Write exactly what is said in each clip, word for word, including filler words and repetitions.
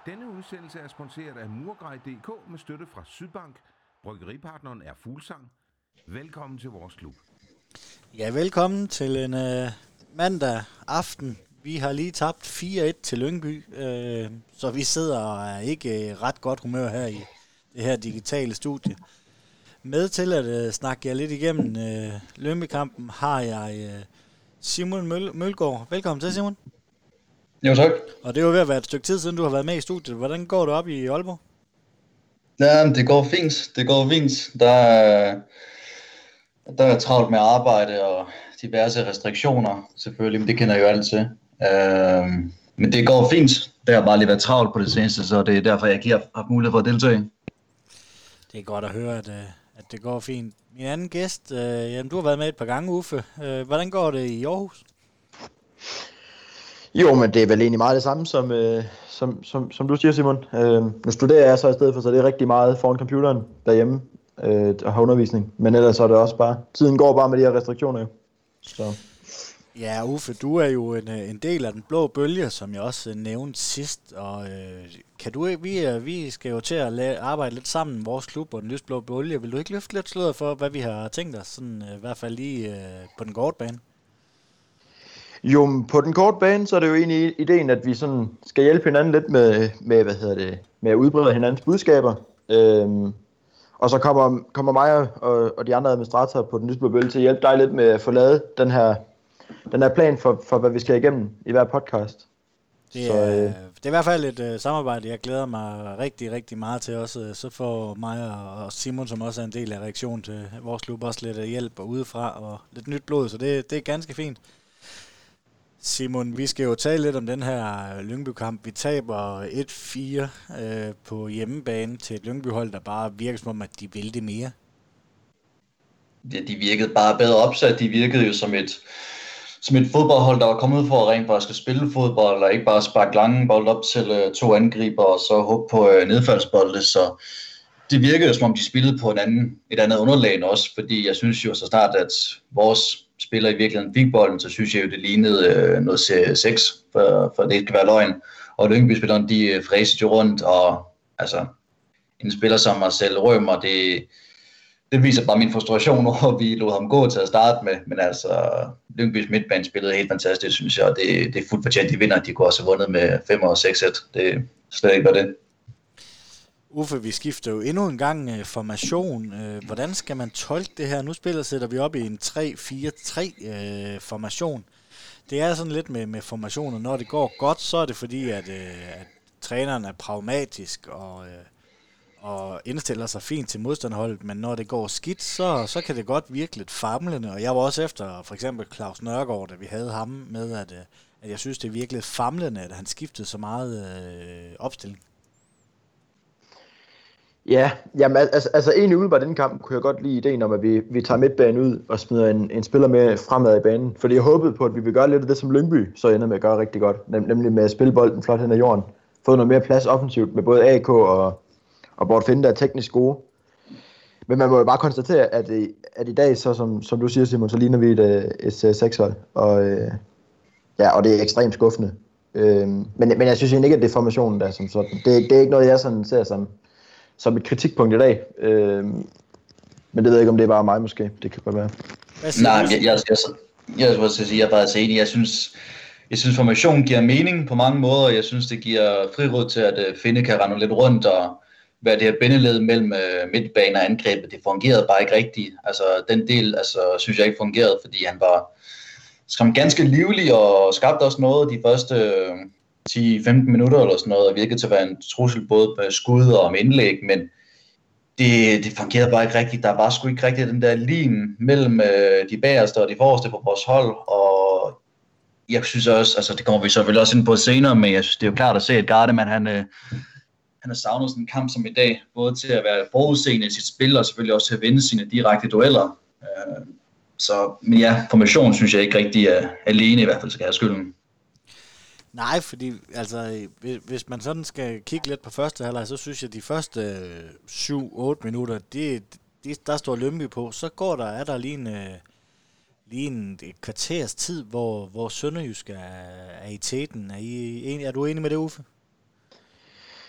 Denne udsendelse er sponsoreret af Murgrej punktum d k med støtte fra Sydbank. Bryggeripartneren er Fuglsang. Velkommen til vores klub. Ja, velkommen til en øh, mandag aften. Vi har lige tabt fire et til Lyngby, øh, så vi sidder og er ikke øh, ret godt humør her i det her digitale studie. Med til at øh, snakke jer lidt igennem øh, Lyngby-kampen har jeg øh, Simon Møl- Mølgaard. Velkommen til, Simon. Jo, tak. Og det er jo ved at være et stykke tid siden, du har været med i studiet. Hvordan går det op i Aalborg? Ja, det går fint. Det går fint. Der er, der er travlt med arbejde og diverse restriktioner, selvfølgelig, men det kender jeg jo alt til. Uh, men det går fint. Det har bare lige været travlt på det seneste, så det er derfor, jeg ikke har haft mulighed for at deltage. Det er godt at høre, at, at det går fint. Min anden gæst, øh, jamen, du har været med et par gange, Uffe. Øh, hvordan går det i Aarhus? Jo, men det er vel egentlig meget det samme, som, øh, som, som, som du siger, Simon. Øh, nu studerer jeg så i stedet for, så det er rigtig meget foran computeren derhjemme øh, og har undervisning. Men ellers så er det også bare, tiden går bare med de her restriktioner jo. Så. Ja, Uffe, du er jo en, en del af den blå bølge, som jeg også nævnte sidst. Og øh, kan du vi, vi skal jo til at lave, arbejde lidt sammen, vores klub og den lysblå bølge. Vil du ikke løfte lidt sløret for, hvad vi har tænkt os, sådan, øh, i hvert fald lige øh, på den korte bane? Jo, på den korte bane, så er det jo egentlig ideen, at vi sådan skal hjælpe hinanden lidt med, med, hvad hedder det, med at udbrede hinandens budskaber. Øhm, og så kommer, kommer mig og, og de andre administratorer på den lysblå bølge til at hjælpe dig lidt med at få lavet den her, den her plan for, for, hvad vi skal igennem i hver podcast. Det er, så, øh, det er i hvert fald et uh, samarbejde, jeg glæder mig rigtig, rigtig meget til også. Så får mig og, og Simon, som også er en del af reaktionen til vores klub, også lidt hjælp og udefra og lidt nyt blod, så det, det er ganske fint. Simon, vi skal jo tale lidt om den her Lyngby-kamp. Vi taber et fire øh, på hjemmebane til et Lyngby-hold, der bare virker som om, at de vil det mere. Ja, de virkede bare bedre opsat. De virkede jo som et, som et fodboldhold, der var kommet for at rent faktisk at spille fodbold, og ikke bare sparke lange bold op til uh, to angriber, og så håbe på uh, nedfaldsbolde. Så det virkede jo som om, de spillede på en anden, et andet underlag også, fordi jeg synes jo så snart, at vores spiller i virkeligheden fik bolden, så synes jeg jo, det lignede øh, noget serie seks, for, for det ikke kan være løgn. Og Lyngby-spillerne, de øh, fræsede jo rundt, og altså, en spiller som Marcel Rømer, det, det viser bare min frustration over, at vi lod ham gå til at starte med, men altså, Lyngbys midtbane spillede helt fantastisk, synes jeg, og det, det er fuldt fortjent, de vinder. De kunne også have vundet med fem og seks et. Det er slet ikke var det. Uffe, vi skifter jo endnu en gang uh, formation. Uh, hvordan skal man tolke det her? Nu spiller sætter vi op i en tre fire tre uh, formation. Det er sådan lidt med, med formationer. Når det går godt, så er det fordi, at, uh, at træneren er pragmatisk og, uh, og indstiller sig fint til modstanderholdet. Men når det går skidt, så, så kan det godt virke lidt famlende. Og jeg var også efter for eksempel Claus Nørgaard, da vi havde ham med, at, uh, at jeg synes, det virkelig famlende, at han skiftede så meget uh, opstilling. Ja, jamen, altså, altså egentlig ude på den kamp kunne jeg godt lide ideen om, at vi, vi tager midtbanen ud og smider en, en spiller med fremad i banen. Fordi jeg håbede på, at vi vil gøre lidt af det, som Lyngby så ender med at gøre rigtig godt. Nem, nemlig med at spille bolden flot hen ad jorden. Få noget mere plads offensivt med både A K og, og Bort Finde, der er teknisk gode. Men man må jo bare konstatere, at, at i dag, så som, som du siger, Simon, så ligner vi et, et seks-hold. Og, ja, og det er ekstremt skuffende. Men, men jeg synes egentlig ikke, at det er formationen der som sådan. Det, det er ikke noget, jeg sådan ser som... som et kritikpunkt i dag. Øh, men det ved jeg ikke, om det er bare mig måske. Det kan godt være. Nej, jeg, jeg, jeg, jeg, jeg, sige, jeg er bare enig. Jeg synes, jeg synes, formationen giver mening på mange måder. Jeg synes, det giver friråd til, at uh, Finde kan rende lidt rundt og være det her bindeled mellem uh, midtbane og angrebet. Det fungerede bare ikke rigtigt. Altså, den del altså, synes jeg ikke fungerede, fordi han var skræmt ganske livlig og skabte også noget de første... Uh, ti til femten minutter eller sådan noget, og virkede til at være en trussel både med skud og med indlæg, men det, det fungerede bare ikke rigtigt. Der var sgu ikke rigtig den der lin mellem øh, de bagerste og de forreste på vores hold, og jeg synes også, altså det kommer vi selvfølgelig også ind på senere, men jeg synes, det er jo klart at se, at Gardemann, han, øh, han har savnet sådan en kamp som i dag, både til at være forudseende i sit spil, og selvfølgelig også til at vinde sine direkte dueller. Øh, så, men ja, formation synes jeg ikke rigtig er alene, i hvert fald skal jeg have skylden. Nej, fordi altså, hvis man sådan skal kigge lidt på første halvleg, så synes jeg, at de første syv otte minutter, de, de, der står Lyngby på. Så går der, er der lige en, lige en et kvarters tid, hvor, hvor Sønderjysk er, er i teten. Er, I, er du enig med det, Uffe?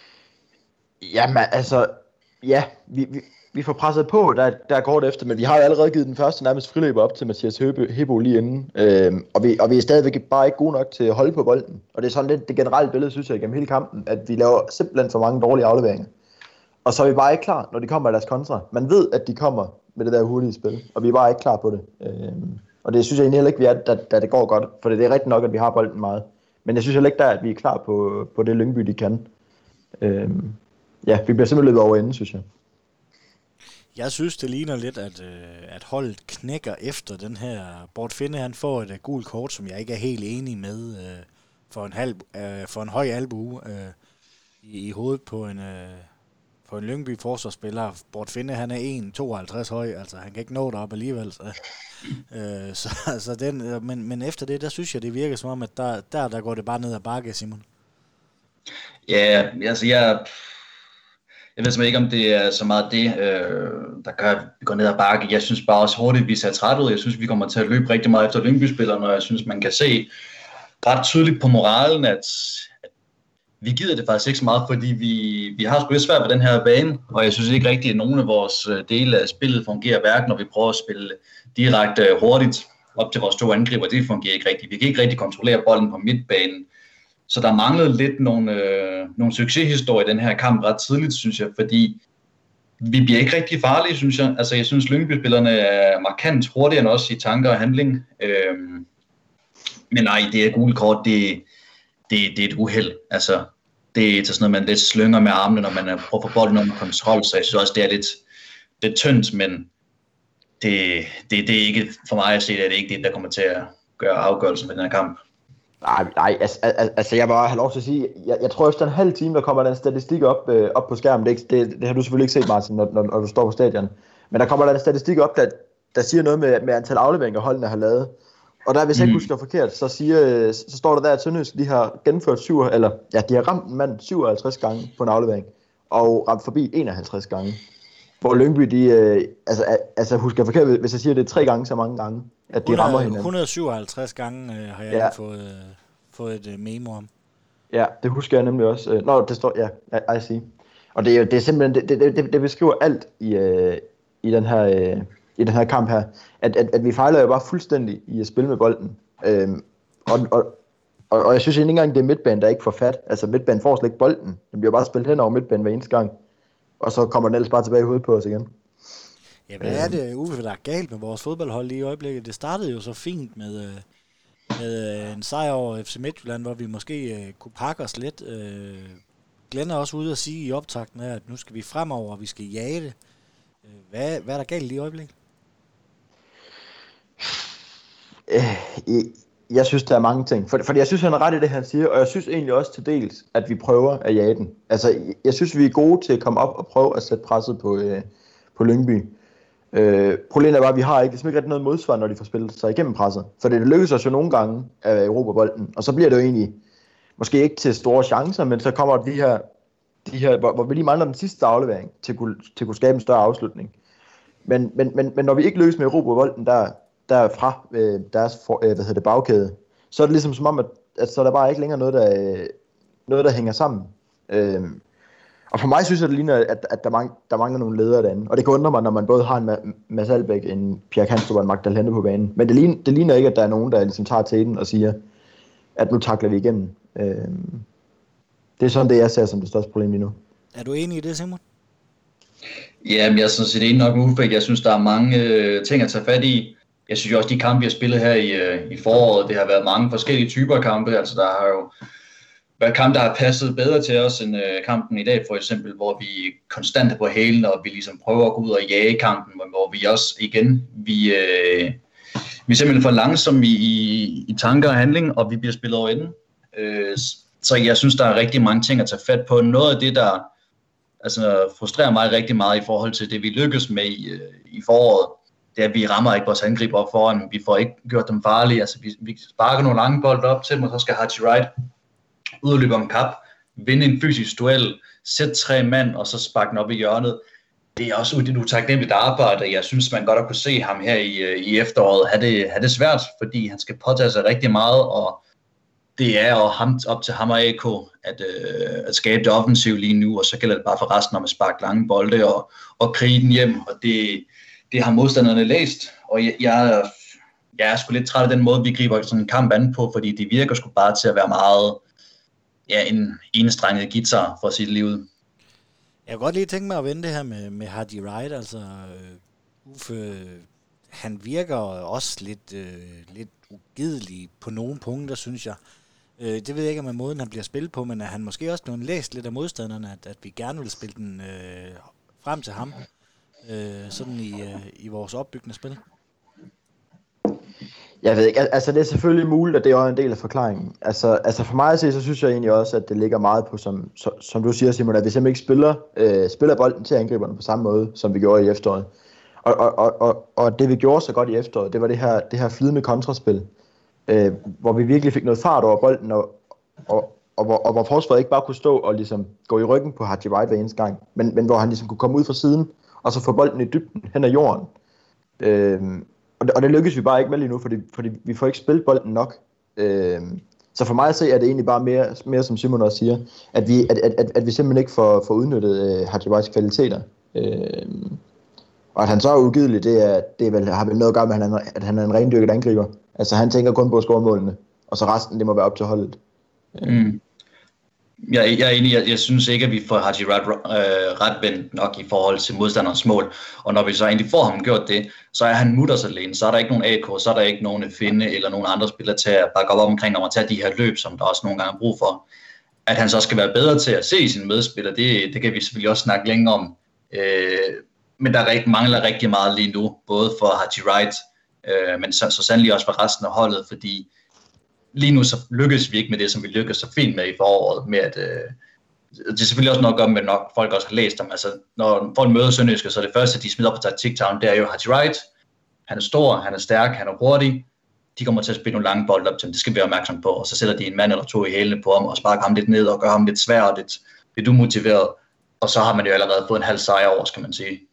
Jamen, altså, ja, vi, vi, vi får presset på, der, der er kort efter, men vi har jo allerede givet den første nærmest friløber op til Mathias Hebo lige inden, øhm, og, vi, og vi er stadigvæk bare ikke gode nok til at holde på bolden, og det er sådan lidt det generelle billede, synes jeg, gennem hele kampen, at vi laver simpelthen for mange dårlige afleveringer, og så er vi bare ikke klar, når de kommer i deres kontra. Man ved, at de kommer med det der hurtige spil, og vi er bare ikke klar på det, øhm, og det synes jeg egentlig heller ikke, vi er, da, da det går godt, for det er rigtigt nok, at vi har bolden meget, men jeg synes heller ikke der, at vi er klar på, på det Lyngby, de kan. Øhm, Ja, vi bliver simpelthen løbet over enden, synes jeg. Jeg synes, det ligner lidt, at, øh, at holdet knækker efter den her. Bort Finde, han får et uh, gult kort, som jeg ikke er helt enig med, øh, for, en halv, øh, for en høj albue øh, i, i hovedet på en, øh, på en Lyngby forsvarsspiller. Bort Finde, han er en komma tooghalvtreds høj, altså han kan ikke nå derop alligevel. Så, øh, så altså den, men, men efter det, der synes jeg, det virker som om, at der, der, der går det bare ned ad bakke, Simon. Ja, altså jeg... Jeg ved simpelthen ikke, om det er så meget det, øh, der gør, at vi går ned ad bakke. Jeg synes bare også hurtigt, at vi ser træt ud. Jeg synes, vi kommer til at løbe rigtig meget efter Lyngby-spillerne, og jeg synes, man kan se ret tydeligt på moralen, at, at vi gider det faktisk ikke så meget, fordi vi, vi har sgu lidt svært ved den her bane, og jeg synes ikke rigtigt, at nogen af vores dele af spillet fungerer, hverken når vi prøver at spille direkte hurtigt op til vores to angriber. Det fungerer ikke rigtigt. Vi kan ikke rigtig kontrollere bolden på midtbanen. Så der manglede lidt nogle, øh, nogle succeshistorier i den her kamp ret tidligt, synes jeg, fordi vi bliver ikke rigtig farlige, synes jeg. Altså, jeg synes, Lyngby-spillerne er markant hurtigere end os i tanker og handling. Øhm, men nej, det er gule kort, det, det, det er et uheld. Altså, det er sådan noget, man lidt slynger med armene, når man prøver at få bolden under kontrol, så jeg synes også, det er lidt, lidt tyndt, men det, det, det er ikke, for mig at se, det er det ikke det, der kommer til at gøre afgørelsen med den her kamp. Nej, nej, altså, altså jeg vil bare have lov til at sige, jeg, jeg tror efter en halv time, der kommer den statistik op, øh, op på skærmen, det, det, det har du selvfølgelig ikke set, Martin, når, når, når du står på stadion, men der kommer der en statistik op, der, der siger noget med, med antal afleveringer, holdene har lavet, og der, hvis jeg ikke husker forkert, så, siger, så står der der, at Sønderjysk, de har gennemført syv, eller ja, de har ramt en mand syvoghalvtreds gange på en aflevering, og ramt forbi enoghalvtreds gange, hvor Lyngby, de, øh, altså, altså husker forkert, hvis jeg siger, det er tre gange så mange gange, at de rammer hinanden. et hundrede og syvoghalvtreds gange øh, har jeg ja. fået, øh, fået et øh, memo om. Ja, det husker jeg nemlig også. Nå, det står, ja, I see. Og det er jo det er simpelthen, det, det, det, det beskriver alt i, øh, i, den her, øh, i den her kamp her, at, at, at vi fejler jo bare fuldstændig i at spille med bolden. Øhm, og, og, og, og jeg synes ikke engang, det er midtbanen, der ikke får fat. Altså midtbanen får slet ikke bolden. Den bliver bare spillet hen over midtbanen hver eneste gang. Og så kommer den ellers bare tilbage i hovedet på os igen. Ja, hvad er det, Uffe, der er galt med vores fodboldhold lige i øjeblikket? Det startede jo så fint med, med en sejr over F C Midtjylland, hvor vi måske uh, kunne pakke os lidt. Uh, Glenn er også ude at sige i optakten her, at nu skal vi fremover, og vi skal jage det. Uh, hvad, hvad er der galt lige i øjeblikket? Uh, jeg synes, der er mange ting. For, fordi jeg synes, han er ret i det, han siger, og jeg synes egentlig også til dels, at vi prøver at jage den. Altså, jeg synes, vi er gode til at komme op og prøve at sætte presset på, uh, på Lyngby. Øh, problemet er bare, at vi har ikke, ligesom ikke rigtig noget modsvar, når de får spillet sig igennem presset. For det lykkes os jo nogle gange at erobre bolden, og så bliver det jo egentlig, måske ikke til store chancer, men så kommer de her, de her hvor, hvor vi lige mangler den sidste aflevering til at kunne, til at kunne skabe en større afslutning. Men, men, men, men når vi ikke lykkes med at erobre bolden der, derfra øh, deres for, øh, hvad hedder det, bagkæde, så er det ligesom som om, at, at så er der bare ikke længere noget, der, øh, noget, der hænger sammen. Øh, Og for mig synes jeg, det ligner, at, at der, mangler, der mangler nogle ledere derinde. Og det kan undre mig, når man både har en Mads Albeck, en Pierre Kanstrup og en Magdal Hente på banen. Men det ligner, det ligner ikke, at der er nogen, der ligesom tager til den og siger, at nu takler vi igennem. Øhm, det er sådan det, jeg ser som det største problem lige nu. Er du enig i det, Simon? Jamen, jeg er sådan set enig nok med Uffe. Jeg synes, der er mange øh, ting at tage fat i. Jeg synes jo også, de kampe, vi har spillet her i, øh, i foråret, det har været mange forskellige typer af kampe. Altså, der har jo været kampe, der har passet bedre til os end øh, kampen i dag, for eksempel, hvor vi konstant er på hælen, og vi ligesom prøver at gå ud og jage kampen, hvor vi også igen, vi, øh, vi er simpelthen for langsomme i, i, i tanker og handling, og vi bliver spillet over enden. Øh, så jeg synes, der er rigtig mange ting at tage fat på. Noget af det, der altså, frustrerer mig rigtig meget i forhold til det, vi lykkes med i, øh, i foråret, det er, at vi rammer ikke vores angriber op foran. Vi får ikke gjort dem farlige. Altså, vi, vi sparker nogle lange bolde op til dem, og så skal Haji Wright ud og løbe om kap, vinde en fysisk duel, sætte tre mand, og så sparke den op i hjørnet. Det er også et utaknemmeligt arbejde. Jeg synes, man godt har kunne se ham her i, i efteråret have det, have det svært, fordi han skal påtage sig rigtig meget, og det er jo ham, op til ham og A K at, øh, at skabe det offensiv lige nu, og så gælder det bare for resten om at sparke lange bolde og, og krige den hjem, og det, det har modstanderne læst, og jeg, jeg, jeg er sgu lidt træt af den måde, vi griber sådan en kamp an på, fordi det virker sgu bare til at være meget ja, en enestrenget guitar for at sige det lige ud. Jeg kunne godt lige tænke mig at vende det her med, med Haji Wright, altså uh, Uffe, han virker også lidt, uh, lidt ugidelig på nogle punkter, synes jeg. Uh, det ved jeg ikke, om er måden, han bliver spillet på, men er han måske også blevet læst lidt af modstanderne, at, at vi gerne vil spille den uh, frem til ham, uh, sådan i, uh, i vores opbyggende spil. Jeg ved ikke, altså det er selvfølgelig muligt, at det er også en del af forklaringen. Altså, altså for mig at se, så synes jeg egentlig også, at det ligger meget på, som, som, som du siger, Simon, at vi simpelthen ikke spiller, øh, spiller bolden til angriberne på samme måde, som vi gjorde i efteråret. Og, og, og, og, og det vi gjorde så godt i efteråret, det var det her, det her flydende kontraspil, øh, hvor vi virkelig fik noget fart over bolden, og, og, og, hvor, og hvor forsvaret ikke bare kunne stå og ligesom gå i ryggen på Haji Wright hver eneste gang, men, men hvor han ligesom kunne komme ud fra siden, og så få bolden i dybden hen ad jorden. Øh, Og det, og det lykkes vi bare ikke med lige nu, fordi, fordi vi får ikke spillet bolden nok. Øhm, så for mig at se, er det egentlig bare mere, mere som Simon også siger, at vi, at, at, at vi simpelthen ikke får, får udnyttet øh, Haji Wrights kvaliteter. Øhm, og at han så er ugidelig, det, er, det er vel, har vel noget at gøre med, at han, er, at han er en rendyrket angriber. Altså han tænker kun på at score målene, og så resten, det må være op til holdet. Mm. Jeg, jeg er enig, jeg, jeg synes ikke, at vi får Haji Wright øh, retvendt nok i forhold til modstanderens mål, og når vi så egentlig får ham gjort det, så er han mutters alene, så er der ikke nogen A K, så er der ikke nogen Finde eller nogen andre spillere til at bakke op omkring om at tage de her løb, som der også nogle gange er brug for. At han så skal være bedre til at se sine medspillere, det, det kan vi selvfølgelig også snakke længere om, øh, men der rigt, mangler rigtig meget lige nu, både for Haji Wright, øh, men så, så sandelig også for resten af holdet, fordi lige nu så lykkes vi ikke med det, som vi lykkes så fint med i foråret, med at øh, det er selvfølgelig også noget at gøre med, at nok folk også har læst dem. Altså, når folk møder Sønderjyske, så er det første, de smider op på taktiktavlen, det er jo Haji Wright. Han er stor, han er stærk, han er hurtig. De kommer til at spille nogle lange bolde op til ham, det skal vi være opmærksom på, og så sætter de en mand eller to i hælene på ham, og sparker ham lidt ned, og gør ham lidt svær og lidt, lidt umotiveret. Og så har man jo allerede fået en halv sejr over, skal man sige.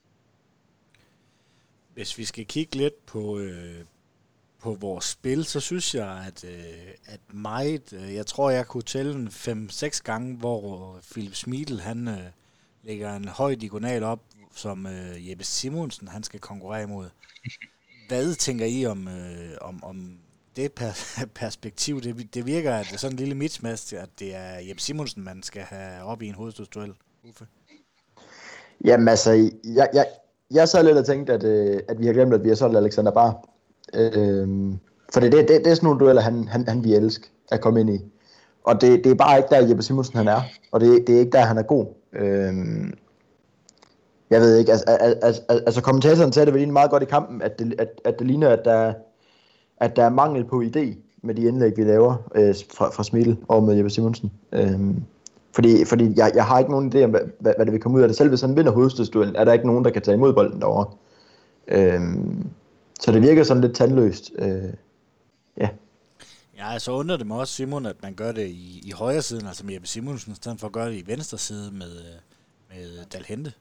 Hvis vi skal kigge lidt på... Øh på vores spil, så synes jeg, at, øh, at meget, øh, jeg tror, jeg kunne tælle en fem seks gange, hvor Philip Schmidl, han øh, lægger en høj diagonal op, som øh, Jeppe Simonsen, han skal konkurrere imod. Hvad tænker I om, øh, om, om det per- perspektiv? Det, det virker, at det er sådan en lille mismatch, at det er Jeppe Simonsen, man skal have op i en hovedstødsduel. Uffe? Jamen altså, jeg, jeg, jeg sad lidt og tænkte, at, øh, at vi har glemt, at vi har solgt Alexander Bar. Øhm, for det, det, det, det er sådan nogle dueller, han, han, han vil elske at komme ind i. Og det, det er bare ikke der, Jeppe Simonsen han er. Og det, det er ikke der, han er god. Øhm, jeg ved ikke, altså, altså, altså kommentatoren sagde det vel egentlig meget godt i kampen, at det, at, at det ligner, at der, at der er mangel på idé med de indlæg, vi laver øh, fra, fra Schmidl over med Jeppe Simonsen. Øhm, fordi fordi jeg, jeg har ikke nogen idé om, hvad, hvad, hvad det vil komme ud af det. Selv hvis han vinder hovedstødsduellen, er der ikke nogen, der kan tage imod bolden derovre. Øhm, Så det virker sådan lidt tandløst. Øh, ja. Ja, så undrer det mig også, Simon, at man gør det i, i højre siden, altså med Jeppe Simonsen, i stedet for at gøre det i venstre side med, med Dalhente.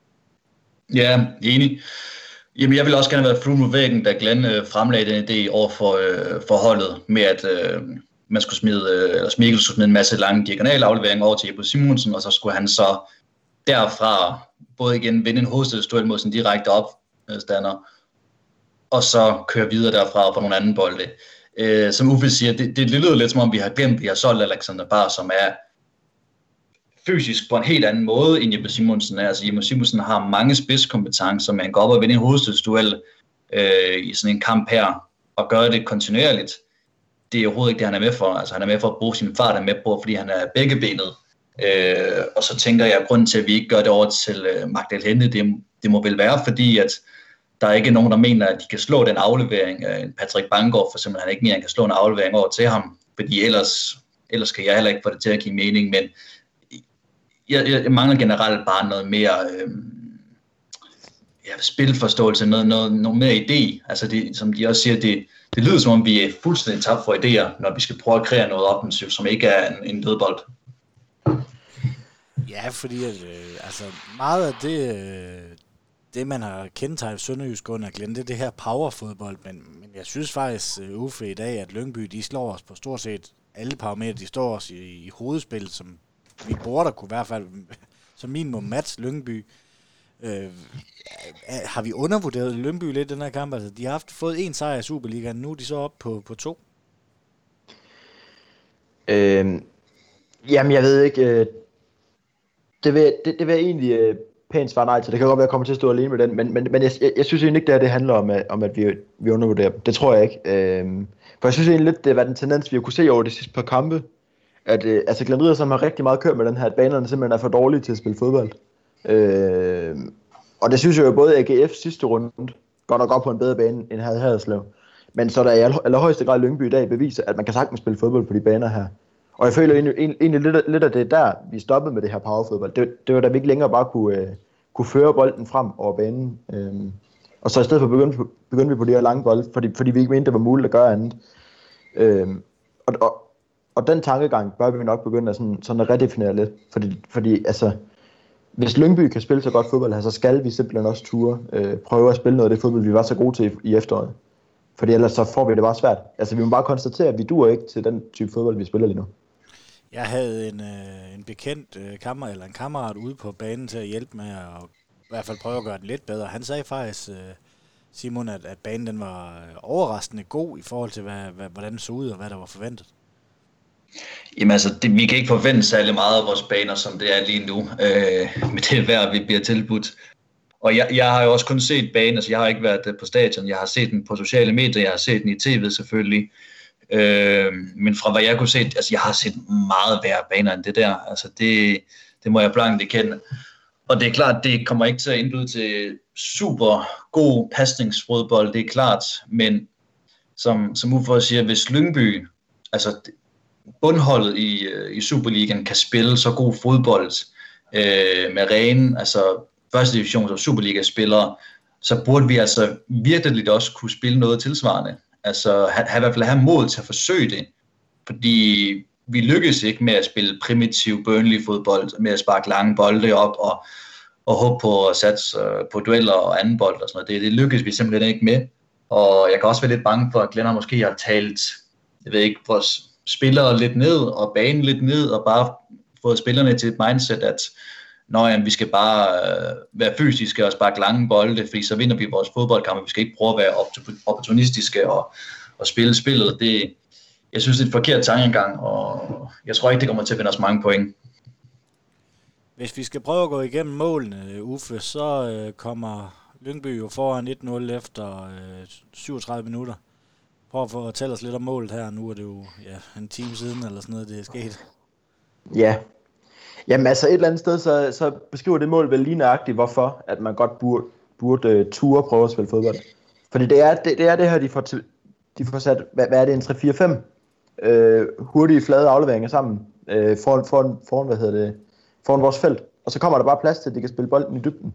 Ja, enig. Jamen, jeg vil også gerne være flue med væggen, da Glenn øh, fremlagde den idé over for, øh, for holdet, med at øh, man skulle smide, øh, eller Smikkel skulle smide en masse lange diagonale afleveringer over til Jeppe Simonsen, og så skulle han så derfra både igen vinde en hovedstødsduel mod sin direkte opstander, og så køre videre derfra og få nogle anden bolde. Øh, som Uffe siger, det, det lyder lidt som om, vi har glemt, at vi har solgt Alexander Bar, som er fysisk på en helt anden måde, end Jeppe Simonsen er. Altså Jeppe Simonsen har mange spidskompetencer, men han går op og vinde en hovedstødsduel øh, i sådan en kamp her, og gør det kontinuerligt. Det er overhovedet ikke det, han er med for. Altså han er med for at bruge sin fart, han er med på, fordi han er beggebenet. Øh, og så tænker jeg, at grunden til, at vi ikke gør det over til øh, Magdal Hente, det, det må vel være, fordi at der er ikke nogen, der mener, at de kan slå den aflevering. Patrick Bangor for eksempel, han ikke mere kan slå en aflevering over til ham, fordi ellers, ellers kan jeg heller ikke få det til at give mening, men jeg, jeg mangler generelt bare noget mere øh, ja, spilforståelse, noget, noget, noget mere idé. Altså det, som de også siger, det, det lyder som om, vi er fuldstændig tabt for idéer, når vi skal prøve at kreere noget offensivt, som ikke er en, en dødbold. Ja, fordi at, øh, altså meget af det... Øh det, man har kendetegnet Sønderjysk under Glenn, det er det her powerfodbold, men, men jeg synes faktisk, uh, Uffe, i dag, at Lyngby, de slår os på stort set alle parametre, de står også i, i hovedspillet, som vi burde kunne i hvert fald, som minimum Mats Lyngby. Øh, har vi undervurderet Lyngby lidt i den her kamp? Altså, de har haft fået en sejr i Superligaen, nu er de så op på, på to. Øh, jamen, jeg ved ikke. Øh, det, vil, det, det vil jeg egentlig øh, pænt svare nej til. Det kan godt være, at jeg kommer til at stå alene med den, men, men, men jeg, jeg, jeg synes egentlig ikke, det, det handler om, at, om, at vi, vi undervurderer dem. Det tror jeg ikke. Øh, for jeg synes egentlig lidt, det var den tendens, vi har kunne se over de sidste par kampe, at øh, altså Glenn Riddersholm har rigtig meget kørt med den her, at banerne simpelthen er for dårlige til at spille fodbold. Øh, og det synes jeg jo både A G F sidste runde godt nok op på en bedre bane end havde Haderslev. Men så der i allerhøjeste grad Lyngby i dag beviser, at man kan sagtens spille fodbold på de baner her. Og jeg føler egentlig, egentlig lidt, lidt af det der, vi stoppede med det her powerfodbold. Det, det var da vi ikke længere bare kunne, øh, kunne føre bolden frem over banen. Øh, og så i stedet for begyndte, begyndte vi på de her lange bolde, fordi, fordi vi ikke mente, det var muligt at gøre andet. Øh, og, og, og den tankegang bør vi nok begynde at, sådan, sådan at redefinere lidt. Fordi, fordi altså, hvis Lyngby kan spille så godt fodbold her, så skal vi simpelthen også ture øh, prøve at spille noget af det fodbold, vi var så gode til i, i efteråret. Fordi ellers så får vi det bare svært. Altså vi må bare konstatere, at vi duer ikke til den type fodbold, vi spiller lige nu. Jeg havde en, øh, en bekendt øh, kammer, eller en kammerat ude på banen til at hjælpe med at i hvert fald prøve at gøre den lidt bedre. Han sagde faktisk, øh, Simon, at, at banen den var overraskende god i forhold til, hvad, hvad, hvordan den så ud og hvad der var forventet. Jamen altså, det, vi kan ikke forvente særlig meget af vores baner, som det er lige nu, øh, med det vejr, vi bliver tilbudt. Og jeg, jeg har jo også kun set banen, altså jeg har ikke været på stadion, jeg har set den på sociale medier, jeg har set den i tv selvfølgelig. Øh, men fra hvad jeg kunne se, altså jeg har set meget værre baner end det der, altså det, det må jeg blankt erkende. Og det er klart, det kommer ikke til at indbyde til super god pasningsfodbold, det er klart, men som, som Uffe siger, hvis Lyngby, altså bundholdet i, i Superligaen kan spille så god fodbold øh, med rene, altså første divisions- og Superliga-spillere, så burde vi altså virkelig også kunne spille noget tilsvarende. Altså have, have i hvert fald have mod til at forsøge det, fordi vi lykkes ikke med at spille primitiv Burnley-fodbold, med at sparke lange bolde op og, og håbe på at satse på dueller og anden bold og sådan noget. Det, det lykkes vi simpelthen ikke med, og jeg kan også være lidt bange for, at Glenn måske har talt, jeg ved ikke, vores spillere lidt ned og banen lidt ned og bare fået spillerne til et mindset, at Nå, jamen, vi skal bare øh, være fysiske og sparke lange bolde, fordi så vinder vi vores fodboldkampe. Vi skal ikke prøve at være opportunistiske og, og spille spillet. Det, jeg synes, det er et forkert tankegang, og jeg tror ikke, det kommer til at vinde os mange point. Hvis vi skal prøve at gå igennem målene, Uffe, så øh, kommer Lyngby jo foran et nul efter øh, syvogtredive minutter. Prøv at fortælle os lidt om målet her. Nu er det jo ja, en time siden eller sådan noget, det er sket. Ja. Jamen altså et eller andet sted, så, så beskriver det mål vel lige nøjagtigt, hvorfor at man godt burde, burde uh, ture prøve at spille fodbold. Fordi det er det, det, er det her, de får, til, de får sat, hvad, hvad er det, en tre fire fem øh, hurtige flade afleveringer sammen øh, foran, foran, foran, hvad hedder det, foran vores felt. Og så kommer der bare plads til, at de kan spille bolden i dybden.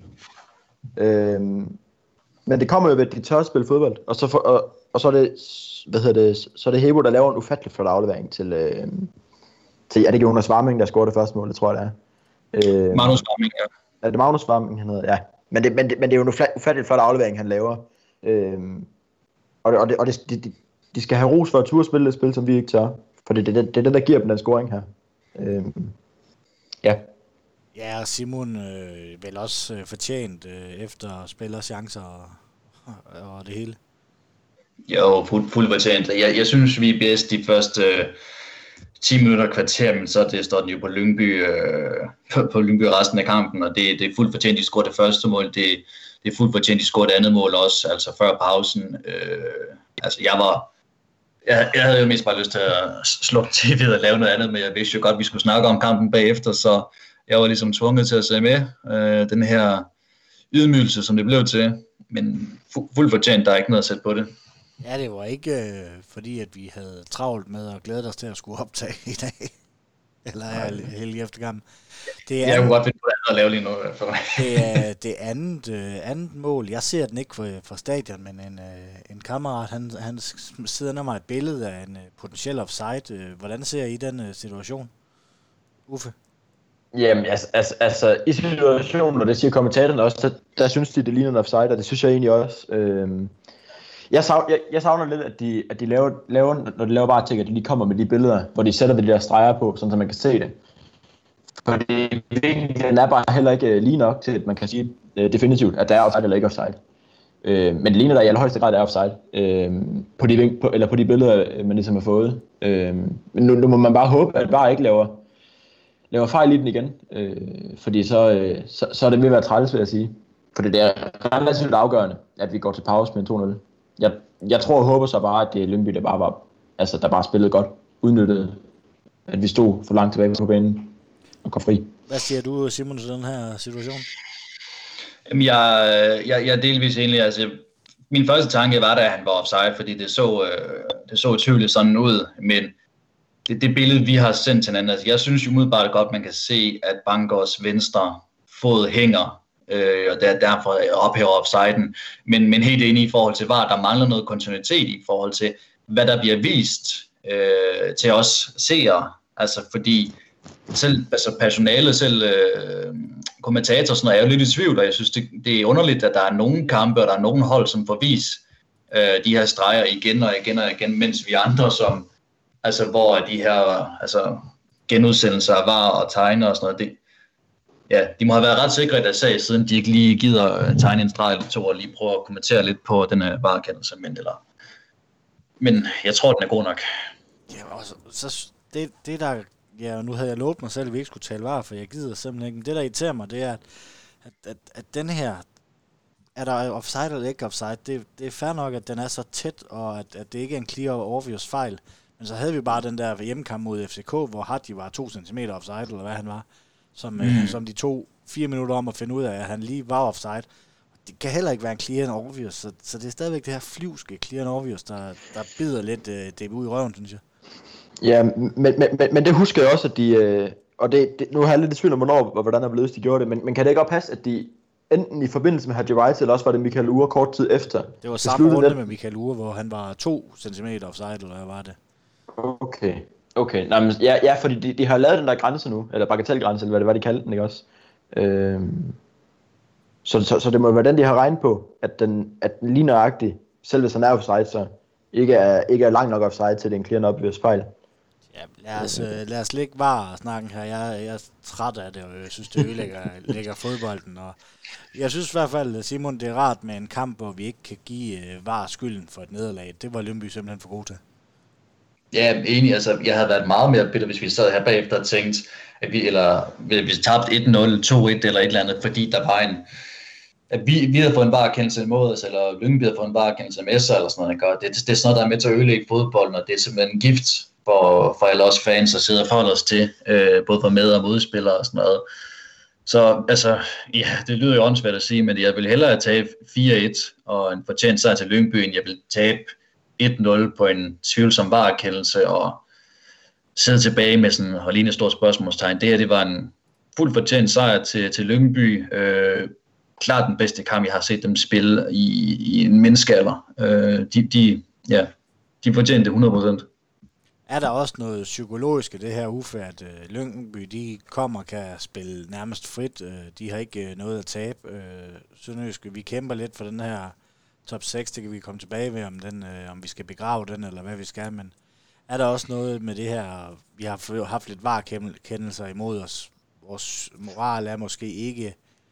Øh, men det kommer jo ved, at de tør at spille fodbold. Og så, for, og, og så er det, hvad hedder det, så er det Hebo, der laver en ufattelig flot aflevering til... Øh, Så ja, det er Jonas Warming, der scorede det første mål, det tror jeg, det er. Øh, Magnus Warming, ja. Er det Magnus Warming, han hedder? Ja. Men det, men det, men det er jo en ufattelig flot aflevering, han laver. Øh, og det, og, det, og det, de, de skal have ros for at turde spille det spil, som vi ikke tør. For det, det, det, det er det, der giver dem den scoring her. Øh, ja. Ja, og Simon øh, vel også øh, fortjent øh, efter spiller chancer og, og det hele. Jo, fuldt fuld fortjent. Jeg, jeg synes, vi er bedst de første... Øh, ti minutter kvarter, men så det står den jo på Lyngby, øh, på, på Lyngby resten af kampen, og det, det er fuldt fortjent, de scorede det første mål, det, det er fuldt fortjent, de scorede det andet mål også, altså før pausen. Øh, altså jeg var, jeg, jeg havde jo mest bare lyst til at slukke T V'et og lave noget andet, men jeg vidste jo godt, at vi skulle snakke om kampen bagefter, så jeg var ligesom tvunget til at se med øh, den her ydmygelse, som det blev til, men fu- fuldt fortjent, der er ikke noget at sætte på det. Ja, det var ikke øh, fordi, at vi havde travlt med at glæde os til at skulle optage i dag. Eller hele efter kampen. Det er, jeg kunne godt finde på at lave lige noget for mig. det er det andet, øh, andet mål. Jeg ser den ikke fra, fra stadion, men en, øh, en kammerat, han, han sidder nær mig et billede af en øh, potentiel offside. Hvordan ser I den øh, situation, Uffe? Jamen, altså, altså, altså i situationen, og det siger kommentatoren også, der, der synes de, det ligner en offside, og det synes jeg egentlig også. Øh, Jeg, sav, jeg, jeg savner lidt, at de, at de laver, laver, når de laver bare ting, at de kommer med de billeder, hvor de sætter de der streger på, sådan så man kan se det. Fordi den er bare heller ikke lige nok til, at man kan sige uh, definitivt, at der er offside eller ikke offside. Uh, men det ligner der i allerhøjeste grad, der er offside. Uh, på, de, på, eller på de billeder, man ligesom har fået. Uh, men nu, nu må man bare håbe, at bare ikke laver, laver fejl i den igen. Uh, fordi så, uh, så, så er det ved at være træls, vil jeg sige. Fordi det er relativt afgørende, at vi går til pause med en to nul. Jeg, jeg tror og håber så bare, at det er Lyngby, der bare var, altså der bare spillede godt, udnyttede, at vi stod for langt tilbage på banen og går fri. Hvad siger du, Simon, til den her situation? Jamen, jeg, jeg, jeg er delvis egentlig, altså, min første tanke var, da han var offside, fordi det så, øh, det så tydeligt sådan ud, men det, det billede, vi har sendt til hinanden, altså, jeg synes jo umiddelbart godt, man kan se, at Bangors venstre fod hænger, øh, og der, derfor ophæver offsiden, men, men helt enig i forhold til, var der mangler noget kontinuitet i forhold til, hvad der bliver vist øh, til os seere, altså fordi selv altså personale, selv øh, kommentatorer sådan noget, er jo lidt i tvivl, og jeg synes, det, det er underligt, at der er nogle kampe, og der er nogle hold, som får vist øh, de her streger igen og igen og igen, mens vi andre, som, altså hvor de her altså, genudsendelser af var og tegner og sådan noget, det, ja, de må have været ret sikre i deres sag, siden de ikke lige gider tegne en streg eller to, og lige prøve at kommentere lidt på den her varekendelse, men, eller, men jeg tror, den er god nok. Ja, altså, så det, det der... Ja, nu havde jeg lovet mig selv, at vi ikke skulle tale var, for jeg gider simpelthen ikke. Men det, der irriterer mig, det er, at, at, at, at den her, er der offside eller ikke offside, det, det er fair nok, at den er så tæt, og at, at det ikke er en clear og obvious fejl. Men så havde vi bare den der hjemmekamp mod F C K, hvor Hadji var to centimeter offside, eller hvad han var, som, mm. øh, som de tog fire minutter om at finde ud af, at han lige var offside. Det kan heller ikke være en clear and obvious, så, så det er stadigvæk det her flyvske clear and obvious, der, der bider lidt øh, det ud i røven, synes jeg. Ja, men, men, men, men det husker jeg også, at de, øh, og det, det, nu har jeg lidt i tvivl om, hvornår og hvordan og hvorledes de gjorde det, men, men kan det ikke også passe, at de enten i forbindelse med Hadji Wright, eller også var det Michael Ure kort tid efter? Det var samme runde med Michael Ure, hvor han var to centimeter offside, eller hvad var det? Okay, okay. Nej, men, ja, ja, fordi de, de har lavet den der grænse nu, eller bagatelgrænse, eller hvad det var, de kaldte den, ikke også? Øhm, så, så, så det må være den, de har regnet på, at den, at den lige nøjagtigt, selv hvis han er offside, så ikke er, ikke er lang nok offside til, det en clear and obvious fejl. Ja, lad os, øh, lad os lægge var snakken her. Jeg, jeg er træt af det, og jeg synes, det ødelægger lægger fodbolden. Og jeg synes i hvert fald, Simon, det er rart med en kamp, hvor vi ikke kan give øh, var skylden for et nederlag. Det var Lyngby simpelthen for god til. Ja, enig. Altså, jeg havde været meget mere bitter, hvis vi sad her bagefter og tænkte, at vi, eller, hvis vi tabte et nul, to et eller et eller andet, fordi der var en, at vi, vi havde fået en varekendelse imod os, eller Lyngby havde fået en varekendelse med sig, eller sådan noget. Ikke? Det, det er sådan noget, der er med til at ødelægge fodbolden, og det er simpelthen en gift for, for alle os fans, der sidder og forholder os til, øh, både for med- og modspillere og sådan noget. Så altså, ja, det lyder jo åndssvært at sige, men jeg vil hellere tabe fire et og en fortjent sejr til Lyngby, end jeg vil tabe et nul på en tvivlsom varekendelse og sidde tilbage med sådan og ligne et stort spørgsmålstegn. Det her, det var en fuldt fortjent sejr til, til Lyngby. Øh, klart den bedste kamp, jeg har set dem spille i, i en menneskealder. Øh, de, de, ja, de fortjente hundrede procent. Er der også noget psykologisk i det her Uffe, at øh, Lyngby, de kommer og kan spille nærmest frit. Øh, de har ikke øh, noget at tabe. Øh, Sønderjyske, vi kæmper lidt for den her top seks, det kan vi komme tilbage ved, om, den, øh, om vi skal begrave den, eller hvad vi skal, men er der også noget med det her, vi har haft lidt varekendelser imod os. Vores moral er måske ikke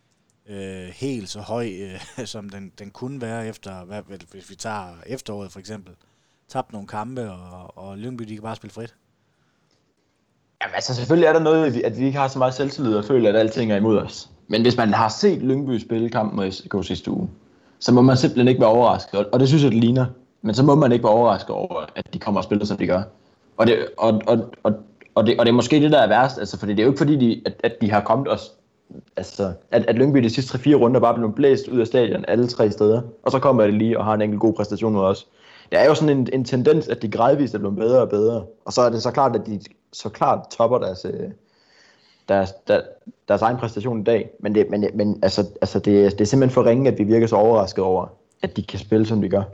øh, helt så høj, øh, som den, den kunne være efter, hvad, hvis vi tager efteråret for eksempel. Tabt nogle kampe, og, og Lyngby, de kan bare spille frit. Jamen altså, selvfølgelig er der noget, at vi ikke har så meget selvtillid og føler, at alting er imod os. Men hvis man har set Lyngby spille kampen mod F C K sidste uge, så må man simpelthen ikke være overrasket, og det synes jeg, det ligner. Men så må man ikke være overrasket over, at de kommer og spiller, som de gør. Og det, og, og, og, og det, og det er måske det, der er værst, altså, fordi det er jo ikke fordi, de, at, at de har kommet os, altså, at, at Lyngby de sidste tre fire runder bare blev blæst ud af stadion alle tre steder, og så kommer det lige og har en enkelt god præstation mod os. Det er jo sådan en, en tendens, at de gradvist er blevet bedre og bedre, og så er det så klart, at de så klart topper deres, deres, deres, deres egen præstation i dag, men, det, men, men altså, altså det, det er simpelthen for ringe, at vi virker så overrasket over, at de kan spille, som de gør.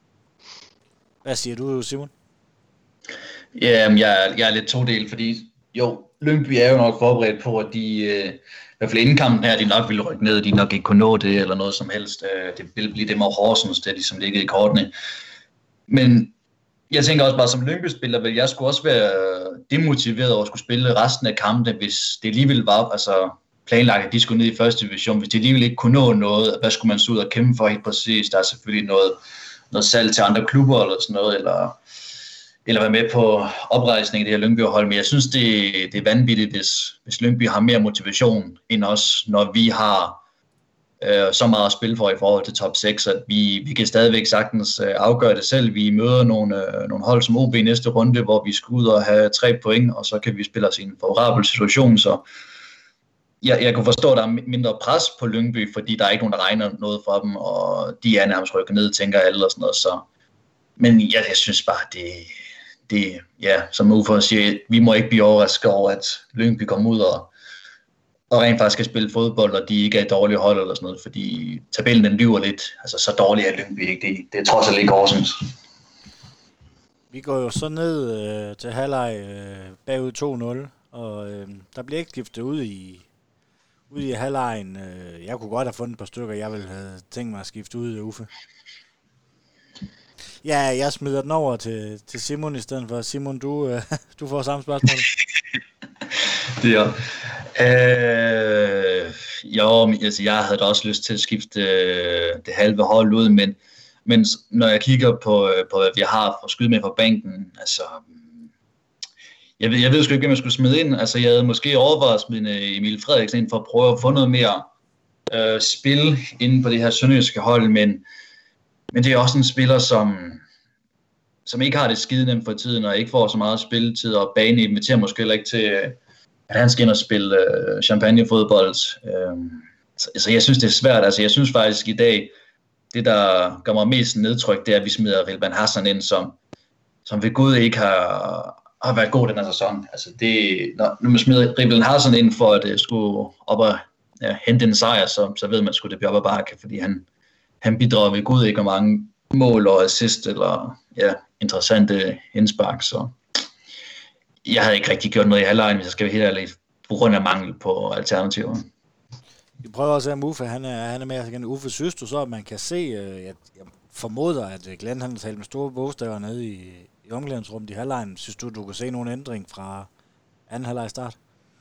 Hvad siger du, Simon? Ja, jeg, jeg er lidt todel, fordi jo, Lyngby er jo nok forberedt på, at de, øh, i hvert fald inden kampen her, de nok ville rykke ned, de nok ikke kunne nå det, eller noget som helst. Øh, det ville blive dem og Horsens, det ligesom ligger i kortene. Men jeg tænker også bare, som Lyngby-spiller, vil jeg skulle også være demotiveret over at skulle spille resten af kampene, hvis det alligevel var altså, planlagt, at de skulle ned i første division. Hvis de alligevel ikke kunne nå noget, hvad skulle man så ud og kæmpe for helt præcis? Der er selvfølgelig noget, noget salg til andre klubber eller sådan noget, eller, eller være med på oprejsning i det her Lyngby-hold. Men jeg synes, det, det er vanvittigt, hvis, hvis Lyngby har mere motivation end os, når vi har øh, så meget at spille for i forhold til top seks, at vi, vi kan stadigvæk sagtens øh, afgøre det selv. Vi møder nogle, øh, nogle hold som O B i næste runde, hvor vi skal ud og have tre point, og så kan vi spille os i en favorabel situation. Så jeg, jeg kan forstå, at der er mindre pres på Lyngby, fordi der er ikke nogen, der regner noget fra dem, og de er nærmest rykket ned, tænker alle og sådan noget. Så. Men jeg, jeg synes bare, det, det ja, som Uffe siger, vi må ikke blive overrasket over, at Lyngby kommer ud og og rent faktisk skal spille fodbold, og de ikke er et dårligt hold eller sådan noget, fordi tabellen den lyver lidt. Altså så dårligt er Lyngby ikke. Det, det er trods alt ikke Horsens. Vi går jo så ned øh, til halvleg øh, bagud to nul, og øh, der bliver ikke skiftet ud i ud i halvlejen. Øh, jeg kunne godt have fundet et par stykker, jeg ville have tænkt mig at skifte ud, Uffe. Ja, jeg smider den over til, til Simon i stedet for. Simon, du, øh, du får samme spørgsmål. Det er øh, jo, altså jeg havde da også lyst til at skifte øh, det halve hold ud, men, men når jeg kigger på, på hvad vi har for at skyde med på bænken, altså jeg ved, jeg ved sgu ikke, hvem jeg skulle smide ind. Altså jeg havde måske overvejet at smide Emil Frederiksen ind for at prøve at få noget mere øh, spil inden på det her sønderjyske hold, men, men det er også en spiller, som som ikke har det skide nemt for tiden, og ikke får så meget spilletid, og bane inviterer måske heller ikke til, at han skal ind og spille øh, champagnefodbold. Øh, så, så jeg synes, det er svært. Altså, jeg synes faktisk i dag, det der gør mig mest nedtryk, det er, at vi smider Rilban Hassan ind, som, som ved Gud ikke har, har været god den her sæson. Altså, det, når, når man smider Rilban Hassan ind for at uh, skulle op og ja, hente en sejr, så, så ved man sgu, det bliver op ad bakke, fordi han, han bidrager ved Gud ikke med mange mål og assist, eller ja, interessante indspark, så jeg havde ikke rigtig gjort noget i halvlejen, hvis jeg skal være helt ærlig, på grund af mangel på alternativer. Vi prøver at se, om Uffe han er, han er med igen. Uffe, synes du så, at man kan se, jeg, jeg formoder, at Glenn han har talt med store bogstaver nede i, i omklædningsrummet i halvlejen. Synes du, du kan se nogen ændring fra anden halvleg start?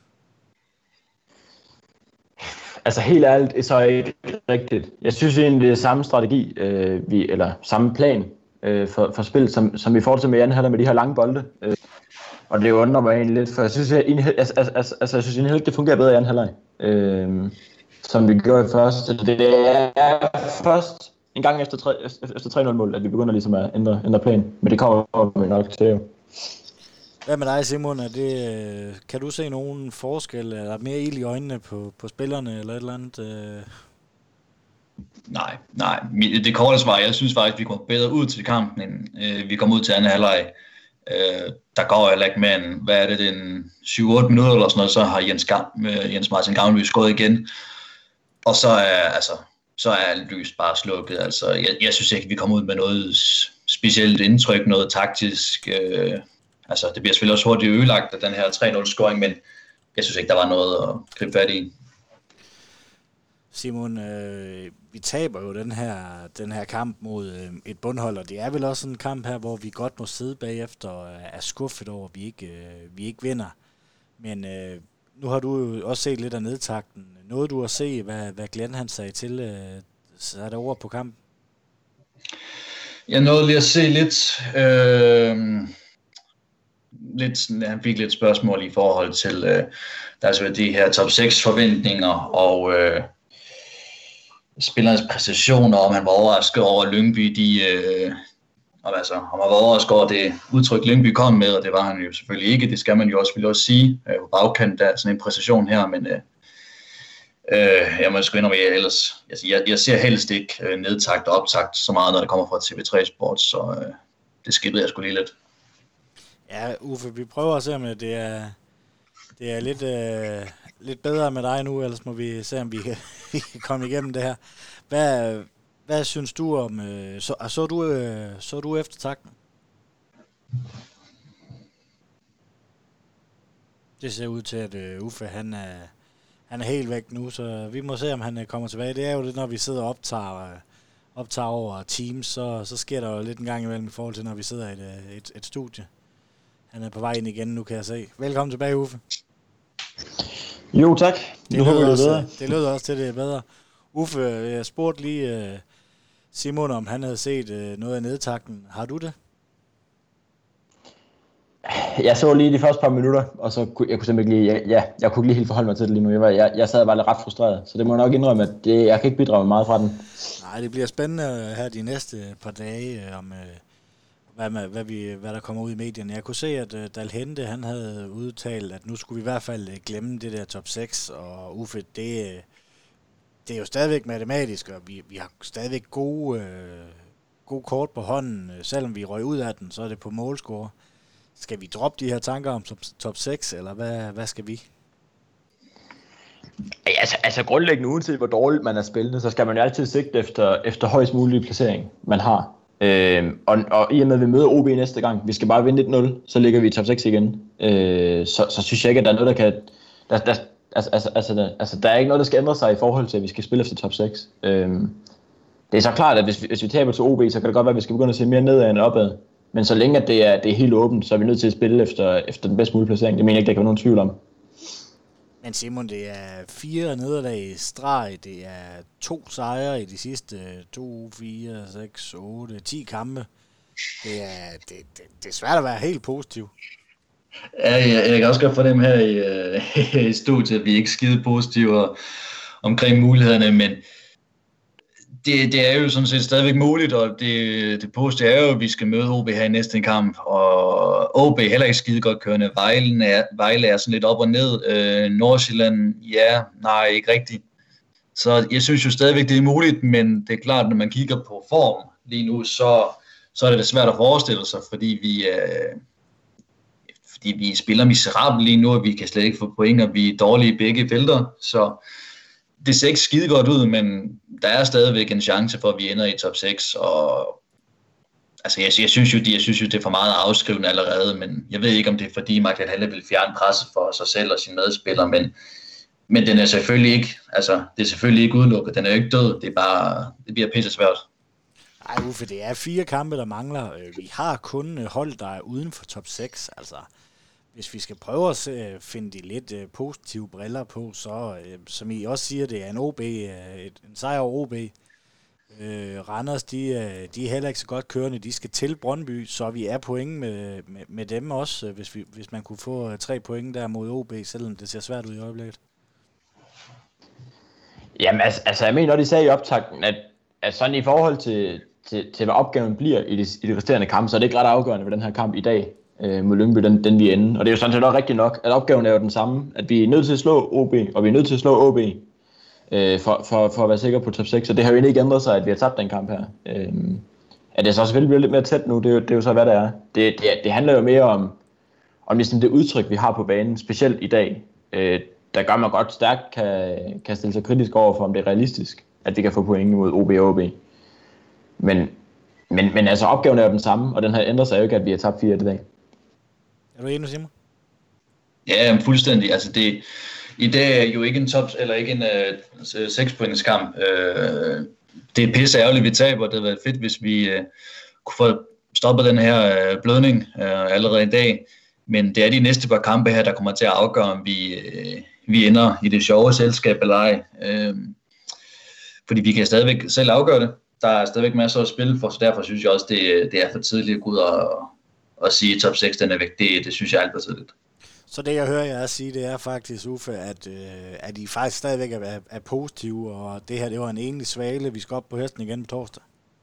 Altså helt ærligt, så er det ikke rigtigt. Jeg synes egentlig, det er samme strategi, øh, vi, eller samme plan øh, for, for spillet, som, som vi fortsætter med i anden halvleg med de her lange bolde. Øh, og det undrer mig egentlig lidt, for jeg synes, jeg, altså, altså, altså, jeg synes egentlig ikke, det fungerer bedre i anden halvleg, øh, som vi gjorde i første. Det er først en gang efter, tre, efter tre nul mål, at vi begynder ligesom at ændre, ændre plan, men det kommer vi nok til jo. Hvad med dig, Simon? Er det, kan du se nogen forskel? Er der mere ild i øjnene på, på spillerne eller et eller andet? Øh? Nej, nej. Det korte svar, jeg synes faktisk, vi kommer bedre ud til kampen, end øh, vi kommer ud til anden halvleg. Øh, der går heller ikke mere end, hvad er det, den syv otte minutter eller sådan noget, så har Jens, Gam, øh, Jens Martin Gavnby skåret igen. Og så er, altså, så er lyset bare slukket. Altså, jeg, jeg synes ikke, vi kommer ud med noget specielt indtryk, noget taktisk. Øh, altså, det bliver selvfølgelig også hurtigt ødelagt af den her tre nul scoring, men jeg synes ikke, der var noget at gribe fat i. Simon, øh, vi taber jo den her, den her kamp mod øh, et bundhold, og det er vel også en kamp her, hvor vi godt må sidde bagefter og er skuffet over, at vi ikke, øh, vi ikke vinder. Men øh, nu har du jo også set lidt af nedtakten. Nåede du at se, hvad, hvad Glenn han sagde til, øh, så er der ord på kampen? Jeg nåede lige at se lidt, øh, lidt sådan, han fik lidt spørgsmål i forhold til, øh, der er så de her top seks forventninger, og øh, spillernes præstationer, om han var overrasket over Lyngby, de, øh, og altså, om han var overrasket over det udtryk, Lyngby kom med, og det var han jo selvfølgelig ikke, det skal man jo også, vil også sige, øh, på bagkant af sådan en præstation her, men øh, øh, jeg må sgu indrømme, jeg, ellers, altså, jeg, jeg ser helst ikke øh, nedtagt og optagt så meget, når det kommer fra T V tre Sport, så øh, det skippede jeg sgu lige lidt. Ja, Uffe, vi prøver at se, om det er, det er lidt, øh, lidt bedre med dig nu, ellers må vi se, om vi kan, vi kan komme igennem det her. Hvad, hvad synes du om... Øh, så, så, du, øh, så du eftertakten? Det ser ud til, at uh, Uffe, han er, han er helt væk nu, så vi må se, om han uh, kommer tilbage. Det er jo det, når vi sidder og optager, uh, optager over Teams, så, så sker der jo lidt en gang imellem i forhold til, når vi sidder i et, uh, et, et studie. Han er på vej ind igen nu, kan jeg se. Velkommen tilbage, Uffe. Jo, tak. Det nu lød, det også, bedre. det lød også til, det er bedre. Uffe, jeg spurgte lige uh, Simon, om han havde set uh, noget af nedtakten. Har du det? Jeg så lige de første par minutter, og så kunne jeg kunne simpelthen ikke lige, ja, jeg kunne ikke lige helt forholde mig til det lige nu. Jeg, var, jeg, jeg sad bare lidt ret frustreret, så det må jeg nok indrømme, at det, jeg kan ikke bidrage meget fra den. Nej, det bliver spændende her de næste par dage, om uh, hvad, med, hvad, vi, hvad der kommer ud i medierne. Jeg kunne se, at uh, Dalhente, han havde udtalt, at nu skulle vi i hvert fald uh, glemme det der top seks, og Uffe, det, uh, det er jo stadigvæk matematisk, og vi, vi har stadigvæk gode, uh, gode kort på hånden. Selvom vi røg ud af den, så er det på målscore. Skal vi droppe de her tanker om top, top seks, eller hvad, hvad skal vi? Ja, altså, altså grundlæggende, uanset hvor dårligt man er spillende, så skal man jo altid sigte efter, efter højst mulige placering, man har. Øhm, og, og i og med, at vi møder O B næste gang, vi skal bare vinde et nul, så ligger vi i top seks igen. Øh, så, så synes jeg ikke, at der er noget, der kan... Der, der, altså, altså, altså, der, altså, der er ikke noget, der skal ændre sig i forhold til, at vi skal spille efter top seks. Øhm, det er så klart, at hvis vi, hvis vi taber til O B, så kan det godt være, at vi skal begynde at se mere nedad end opad. Men så længe at det er, det er helt åbent, så er vi nødt til at spille efter, efter den bedste mulige placering. Det mener jeg ikke, der kan være nogen tvivl om. Men Simon, det er fire nederlag i streg, det er to sejre i de sidste to, fire, seks, otte, ti kampe. Det er, det, det, det er svært at være helt positiv. Ja, jeg, jeg kan også godt fornemme her i, uh, i studiet, at vi er ikke skide positive omkring mulighederne, men Det, det er jo sådan set stadigvæk muligt, og det, det positive er jo, at vi skal møde O B her i næste kamp, og O B heller ikke skide godt kørende. Vejle er, Vejle er sådan lidt op og ned. Øh, Nordsjælland, ja, nej, ikke rigtigt. Så jeg synes jo stadigvæk, det er muligt, men det er klart, når man kigger på form lige nu, så, så er det da svært at forestille sig, fordi vi, øh, fordi vi spiller miserabelt lige nu, og vi kan slet ikke få point, og vi er dårlige i begge felter, så det ser ikke skide godt ud, men der er stadigvæk en chance for, at vi ender i top seks, og altså jeg, jeg, synes jo, de, jeg synes jo, det er for meget afskrivende allerede, men jeg ved ikke, om det er fordi, Martin Halle vil fjerne presset for sig selv og sine medspillere, men, men den er selvfølgelig ikke, altså det er selvfølgelig ikke udelukket, den er jo ikke død, det er bare, det bliver pisse svært. Ej Uffe, det er fire kampe, der mangler. Vi har kun hold, der er uden for top seks, altså hvis vi skal prøve at se, finde de lidt uh, positive briller på, så uh, som I også siger, det er en O B, uh, et, en sejr over O B. Uh, Randers, de, uh, de er heller ikke så godt kørende. De skal til Brøndby, så vi er point med, med, med dem også, uh, hvis, vi, hvis man kunne få uh, tre point der mod O B, selvom det ser svært ud i øjeblikket. Jamen altså, altså jeg mener, når de sagde i optakten, at, at sådan i forhold til, til, til hvad opgaven bliver i de, i de resterende kampe, så er det ikke ret afgørende ved den her kamp i dag øh, mod Lyngby, den, den vi ender. Og det er jo sådan set også rigtigt nok, at opgaven er jo den samme, at vi er nødt til at slå O B, og vi er nødt til at slå O B øh, for, for, for at være sikre på top seks, og det har jo egentlig ikke ændret sig, at vi har tabt den kamp her. Øh, at det så selvfølgelig bliver lidt mere tæt nu, det er jo, det er jo så, hvad det er. Det, det, det handler jo mere om, om ligesom det udtryk, vi har på banen, specielt i dag, øh, der gør man godt stærkt kan, kan stille sig kritisk over for, om det er realistisk, at vi kan få point mod O B og O B. Men, men, men altså opgaven er jo den samme, og den her ændrer sig jo ikke, at vi har tabt fire i dag. Er du enig, Simon? Ja, fuldstændig. Altså det, i dag er jo ikke en top, eller ikke en uh, seks points kamp. Uh, det er pisse ærgerligt, vi taber. Det havde været fedt, hvis vi uh, kunne få stoppet den her uh, blødning uh, allerede i dag. Men det er de næste par kampe her, der kommer til at afgøre, om vi, uh, vi ender i det sjove selskab eller ej. Uh, fordi vi kan stadigvæk selv afgøre det. Der er stadigvæk masser at spille for, så derfor synes jeg også, det, det er for tidligt at gå ud og, og sige, at top seks den er væk. Det, det synes jeg er alt for tidligt. Så det, jeg hører jer sige, det er faktisk, Uffe, at, øh, at I faktisk stadigvæk er, er positive, og det her, det var en enlig svale. Vi skal op på hesten igen på torsdag.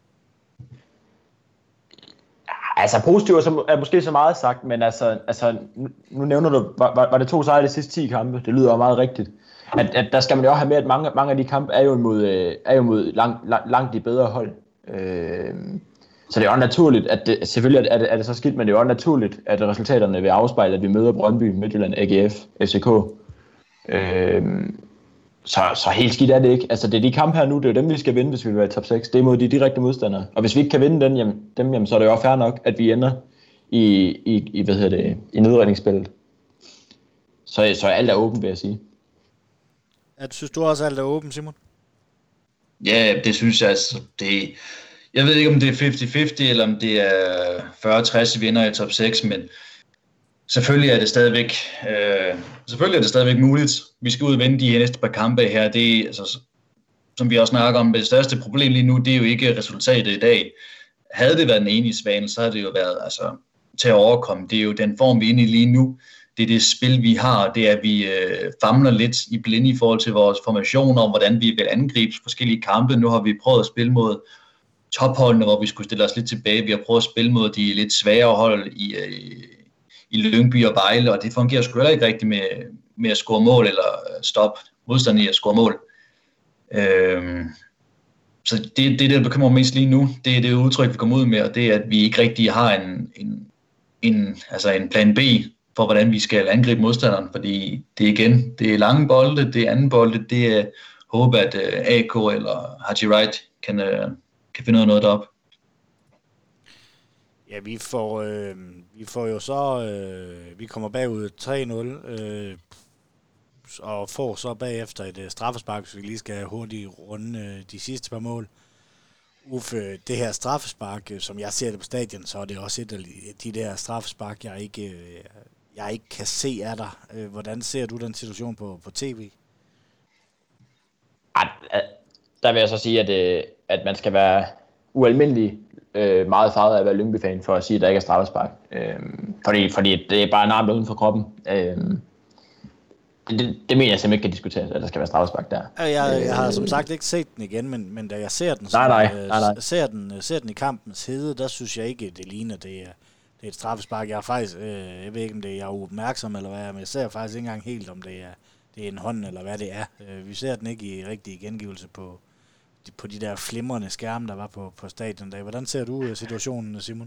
Altså positiv er, så, er måske så meget sagt, men altså, altså nu, nu nævner du, var, var det to sejre de sidste ti kampe? Det lyder jo meget rigtigt. At, at der skal man jo også have med, at mange, mange af de kampe er jo mod, er jo mod langt, langt, langt de bedre hold. Øh, så det er jo naturligt, at det, selvfølgelig er det, er det så skidt, men det er jo naturligt, at resultaterne vil afspejle, at vi møder Brøndby, Midtjylland, A G F, F C K. Øh, så, så helt skidt er det ikke. Altså det er de kampe her nu, det er jo dem, vi skal vinde, hvis vi vil være i top seks. Det er mod de direkte modstandere. Og hvis vi ikke kan vinde den, jamen, dem, jamen, så er det jo fair nok, at vi ender i, i, i, hvad hedder det, i nedredningsspillet. så, så alt er åben, vil jeg sige. Ja, synes du også, alt er åben, Simon? Ja, det synes jeg. Altså, det, jeg ved ikke, om det er halvtreds halvtreds, eller om det er fyrre tres vinder i top seks, men selvfølgelig er det stadigvæk, øh, selvfølgelig er det stadigvæk muligt. Vi skal ud og vinde de her næste par kampe her. Det er, altså, som vi også snakker om, det største problem lige nu, det er jo ikke resultatet i dag. Havde det været en enig svane, så havde det jo været altså, til at overkomme. Det er jo den form, vi er inde i lige nu. Det er det spil, vi har. Det er, at vi øh, famler lidt i blinde i forhold til vores formationer, om hvordan vi vil angribe forskellige kampe. Nu har vi prøvet at spille mod topholdene, hvor vi skulle stille os lidt tilbage. Vi har prøvet at spille mod de lidt svagere hold i, øh, i Lyngby og Vejle, og det fungerer sgu heller ikke rigtigt med, med at score mål eller stoppe modstanderen i at score mål. Øhm, så det, det, der bekymrer mest lige nu, det er det udtryk, vi kommer ud med, og det er, at vi ikke rigtig har en, en, en, altså en plan B for, hvordan vi skal angribe modstanderen, fordi det er igen, det er lange bolde, det er anden bolde, det er håbe, at uh, A K eller Haji Wright kan, uh, kan finde noget deroppe. Ja, vi får, øh, vi får jo så, øh, vi kommer bagud tre nul, øh, og får så bagefter et uh, straffespark, så vi lige skal hurtigt runde øh, de sidste par mål. Uffe, det her straffespark, som jeg ser det på stadion, så er det også et af de der straffespark, jeg ikke, øh, jeg ikke kan se af dig. Øh, hvordan ser du den situation på, på tv? Ej, der vil jeg så sige, at, øh, at man skal være ualmindelig øh, meget farvet af at være Lyngby-fan for at sige, at der ikke er straffespark. Øh, fordi, fordi det er bare en arm uden for kroppen. Øh, det, det mener jeg simpelthen ikke kan diskutere, at der skal være straffespark der. Jeg, jeg har som sagt ikke set den igen, men, men da jeg ser den, så, nej, nej, nej, nej. Ser, den, ser den i kampens hede, der synes jeg ikke, det ligner, det er, det er et straffespark. Jeg er faktisk, øh, jeg ved ikke, om det er, jeg er uopmærksom eller hvad, men jeg ser faktisk ikke engang helt, om det er, det er en hånd eller hvad det er. Øh, vi ser den ikke i rigtig gengivelse på, på de der flimrende skærme, der var på, på stadion. Hvordan ser du situationen, Simon?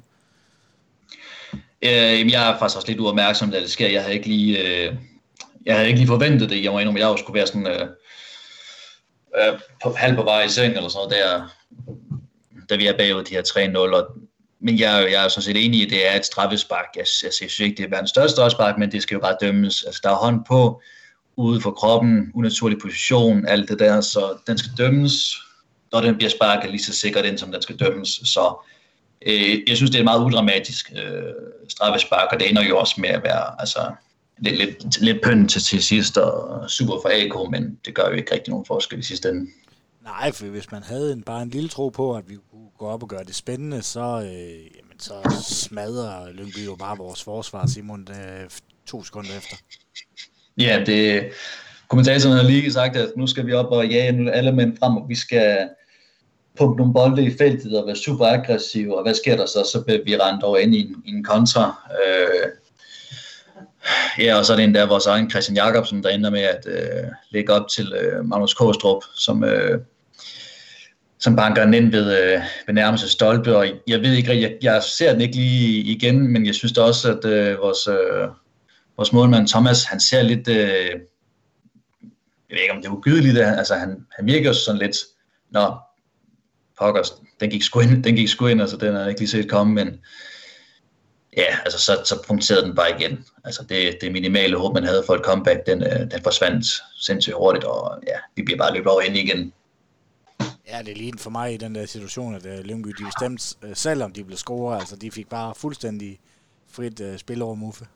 Øh, jeg er faktisk også lidt uopmærksom, da det sker. Jeg havde ikke lige... Øh Jeg havde ikke lige forventet det. Jeg må indrømme, at jeg skulle være sådan øh, øh, på, halv på vej i seng eller sådan noget, der, da vi er bagud de her tre nul. Og, men jeg, jeg er sådan set enig i, at det er et straffespark. Jeg, jeg synes ikke, det er verdens største straffespark, men det skal jo bare dømmes. Altså, der er hånd på, ude for kroppen, unaturlig position, alt det der, så den skal dømmes. Når den bliver sparket lige så sikkert ind, som den skal dømmes. Så øh, jeg synes, det er et meget udramatisk øh, straffespark, og det ender jo også med at være... Altså, Lidt, lidt, lidt pynt til, til sidst, og super for A K, men det gør jo ikke rigtig nogen forskel i sidste ende. Nej, for hvis man havde en, bare en lille tro på, at vi kunne gå op og gøre det spændende, så, øh, jamen, så smadrer Lyngby jo bare vores forsvar, Simon, øh, to sekunder efter. Ja, det kommentatoren har lige sagt, at nu skal vi op og jage alle mænd frem, og vi skal pumpe nogle bolde i feltet og være super aggressive, og hvad sker der så? Så bliver vi rendt over ind i en, i en kontra. Øh, Ja, og så er det en der vores egen Christian Jakobsen, der ender med at øh, lægge op til øh, Magnus Kåstrup, som, øh, som banker den ind ved, øh, ved nærmeste stolpe, og jeg ved ikke, jeg, jeg ser den ikke lige igen, men jeg synes da også, at øh, vores, øh, vores målmand Thomas, han ser lidt, øh, jeg ved ikke om det er ugydeligt, altså han, han virker jo sådan lidt, nå, pokkers, den gik sgu ind, den gik sgu ind, altså den har jeg ikke lige set komme, men ja, altså så, så punkterede den bare igen. Altså det, det minimale håb, man havde for et comeback, den, den forsvandt sindssygt hurtigt, og ja, vi bliver bare løbet over ind igen. Ja, det er lige for mig i den der situation, at uh, Lyngby, de bestemte, uh, selvom de blev scoret, altså de fik bare fuldstændig frit uh, spil over Muffe.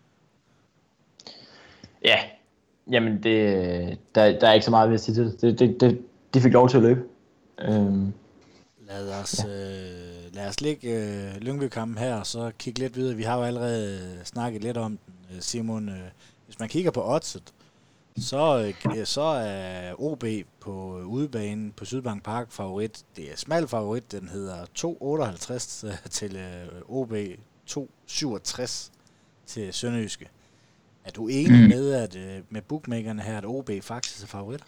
Ja, jamen det, der, der er ikke så meget ved at sige til det. det, det, det de fik lov til at løbe. Øhm. Lad os, ja. øh, lad os lægge øh, Lyngby-kampen her, og så kigge lidt videre. Vi har jo allerede snakket lidt om den, Simon. Øh, hvis man kigger på oddset, så, øh, så er O B på udebanen på Sydbank Park favorit. Det er smal favorit, den hedder to otteoghalvtreds til øh, O B, to syvogtres til Sønderjyske. Er du enig mm. med, at øh, med bookmakerne her, at O B faktisk er favorit?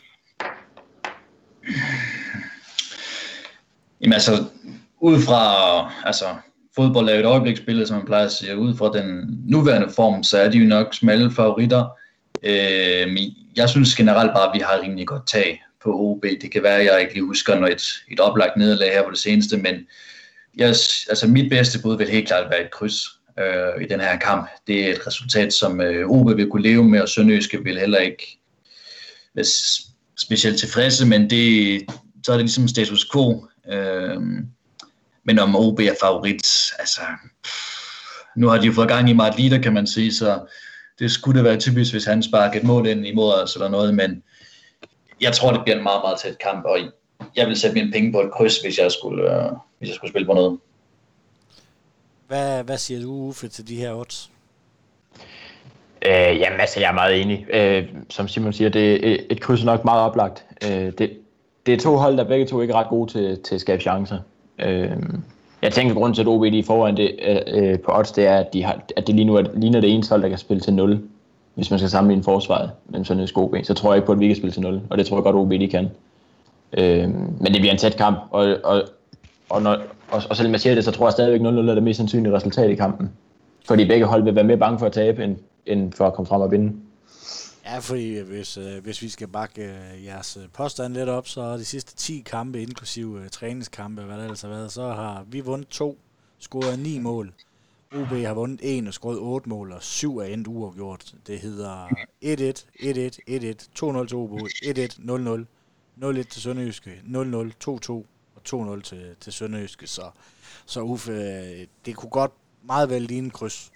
Jamen altså, ud fra altså, fodbold er et øjebliksbillede, som man plejer at sige, ud fra den nuværende form, så er de jo nok smalle favoritter. Øh, jeg synes generelt bare, at vi har rimelig godt tag på O B. Det kan være, at jeg ikke lige husker noget et, et oplagt nederlag her på det seneste, men jeg, altså, mit bedste bud vil helt klart være et kryds. øh, i den her kamp. Det er et resultat, som øh, O B vil kunne leve med, og Sønderjyske vil heller ikke være specielt tilfredse, men det, så er det ligesom status quo. Øh, men om O B er favorit, altså, nu har de jo fået gang i Mart Lider, kan man sige, så det skulle det være typisk, hvis han sparker et mål ind imod os eller noget, men jeg tror, det bliver en meget, meget tæt kamp, og jeg vil sætte mine penge på et kryds, hvis jeg skulle, øh, hvis jeg skulle spille på noget. Hvad, hvad siger du, Uffe, til de her odds? Øh, jamen altså, jeg er meget enig. Øh, som Simon siger, det er et kryds nok meget oplagt. Øh, det, det er to hold, der begge to ikke er ret gode til, til at skabe chancer. Øh, jeg tænker, grunden til, at O B de er foran det, øh, på odds, det er, at, de har, at det lige nu er, ligner det eneste hold, der kan spille til nul. Hvis man skal sammenligne forsvaret med sådan en O B, så tror jeg ikke på, at vi kan spille til nul. Og det tror jeg godt, O B de kan. Øh, men det bliver en tæt kamp, og, og, og, når, og, og selvom jeg siger det, så tror jeg stadigvæk nul nul er det mest sandsynlige resultat i kampen. Fordi begge hold vil være mere bange for at tabe, end, end for at komme frem og vinde. Ja, fordi hvis, øh, hvis vi skal bakke øh, jeres påstand lidt op, så de sidste ti kampe, inklusive øh, træningskampe, hvad der ellers har været, så har vi vundet to, scoret ni mål. O B har vundet en og scoret otte mål, og syv er endt uafgjort. Det hedder et et, et et, et et, to nul til O B, et et, nul nul, nul et til Sønderjyske, nul nul, to to og to nul til, til Sønderjyske. Så, så Uffe, det kunne godt meget vel ligne en kryds.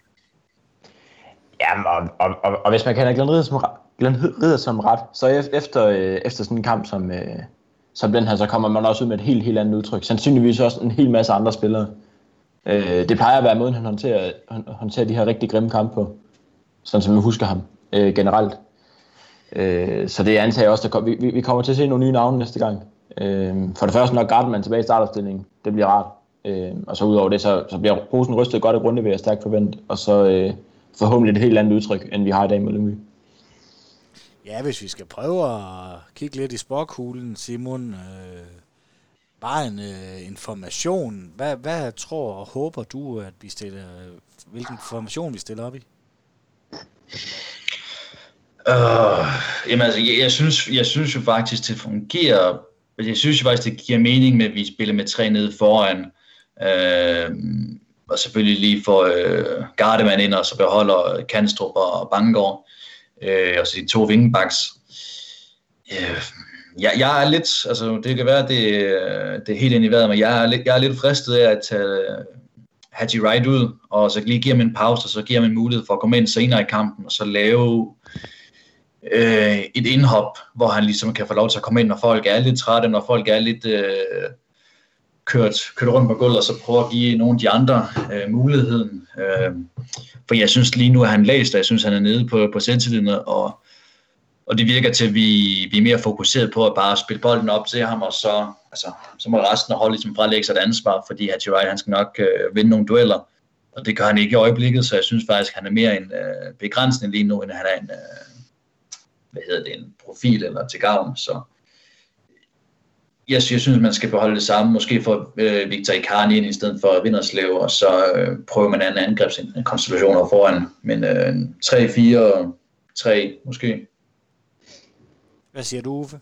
Ja, og, og, og, og hvis man kan have Glenn Ridder som, Glenn Ridder som ret, så efter, efter sådan en kamp som, som den her, så kommer man også ud med et helt, helt andet udtryk. Sandsynligvis også en hel masse andre spillere. Det plejer at være måden, han håndterer, håndterer de her rigtig grimme kampe på, sådan som vi husker ham generelt. Så det antager jeg også, at vi, vi kommer til at se nogle nye navne næste gang. For det første nok Gartman tilbage i startopstillingen. Det bliver rart. Og så udover det, så, så bliver posen rystet godt af grunde ved at stærkt forvente. Og så øh, forhåbentlig et helt andet udtryk, end vi har i dag med Lyngby. Ja, hvis vi skal prøve at kigge lidt i sporkuglen, Simon. Øh, bare en øh, information. Hvad, hvad tror og håber du, at vi stiller, hvilken formation vi stiller op i? Uh, jamen altså, jeg, jeg, synes, jeg synes jo faktisk, det fungerer. Jeg synes jo faktisk, det giver mening med, at vi spiller med tre nede foran. Uh, og selvfølgelig lige får uh, Gardemann ind, og så beholder Kanstrup og Bangaard. Uh, og så de to vingebacks. Uh, jeg, jeg er lidt, altså det kan være, det, det er helt ind i vejret, men jeg er lidt, jeg er lidt fristet af at tage Haji Wright ud, og så lige give ham en pause, og så give ham en mulighed for at komme ind senere i kampen, og så lave øh, et indhop, hvor han ligesom kan få lov til at komme ind, når folk er lidt trætte, når folk er lidt øh, kørt, kørt rundt på gulvet, og så prøve at give nogle af de andre øh, muligheden. Øh, for jeg synes lige nu, at han læst, og jeg synes, han er nede på, på selvtilliden, og Og det virker til, at vi, vi er mere fokuseret på at bare spille bolden op til ham, og så, altså, så må resten af holdet ligesom frelægge sig et ansvar, fordi Haji Wright, han skal nok øh, vinde nogle dueller, og det gør han ikke i øjeblikket, så jeg synes faktisk, at han er mere en øh, begrænsning lige nu, end han er en, øh, hvad hedder det, en profil eller til gavn. Så jeg, jeg synes, man skal beholde det samme, måske få øh, Victor Icardi ind i stedet for Vinderslev, og så øh, prøver man en anden angrebskonstellationer foran, men øh, tre fire tre måske. Hvad siger du, Uffe?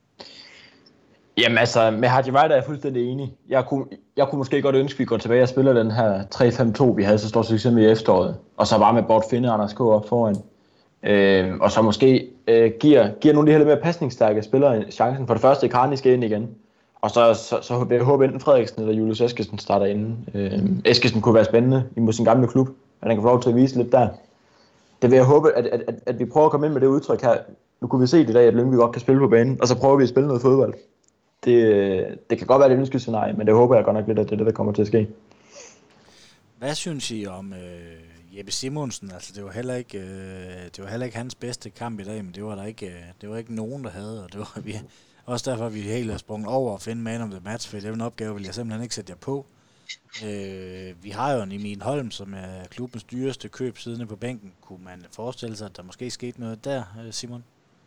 Jamen altså, med Haji Wright er jeg fuldstændig enig. Jeg kunne, jeg kunne måske godt ønske, at vi går tilbage og spiller den her tre fem to, vi havde så stort succes med i efteråret. Og så bare med Bort Finde og Anders K. op foran. Øh, og så måske øh, giver, giver nogle af de her lidt mere pasningsstærke spillere chancen. For det første, Icardi skal ind igen. Og så, så, så vil jeg håbe, enten Frederiksen eller Julius Eskesen starter inden. Øh, Eskesen kunne være spændende imod sin gamle klub. At han kan få lov til at vise lidt der. Det vil jeg håbe, at, at, at, at vi prøver at komme ind med det udtryk her. Nu kunne vi se i dag, at Lyngby godt kan spille på banen, og så prøver vi at spille noget fodbold. Det, det kan godt være, det er ønsket scenarie, men det håber jeg godt nok lidt, at det er det, der kommer til at ske. Hvad synes I om øh, Jeppe Simonsen? Altså, det var heller ikke, øh, det var heller ikke hans bedste kamp i dag, men det var der ikke, øh, det var ikke nogen, der havde, og det var vi, også derfor, vi helt har sprunget over og finde man of the match, for det er en opgave, vil jeg simpelthen ikke sætte jer på. Øh, vi har jo en Emil Holm, som er klubbens dyreste køb siddende på bænken. Kunne man forestille sig, at der måske skete noget der, Simon?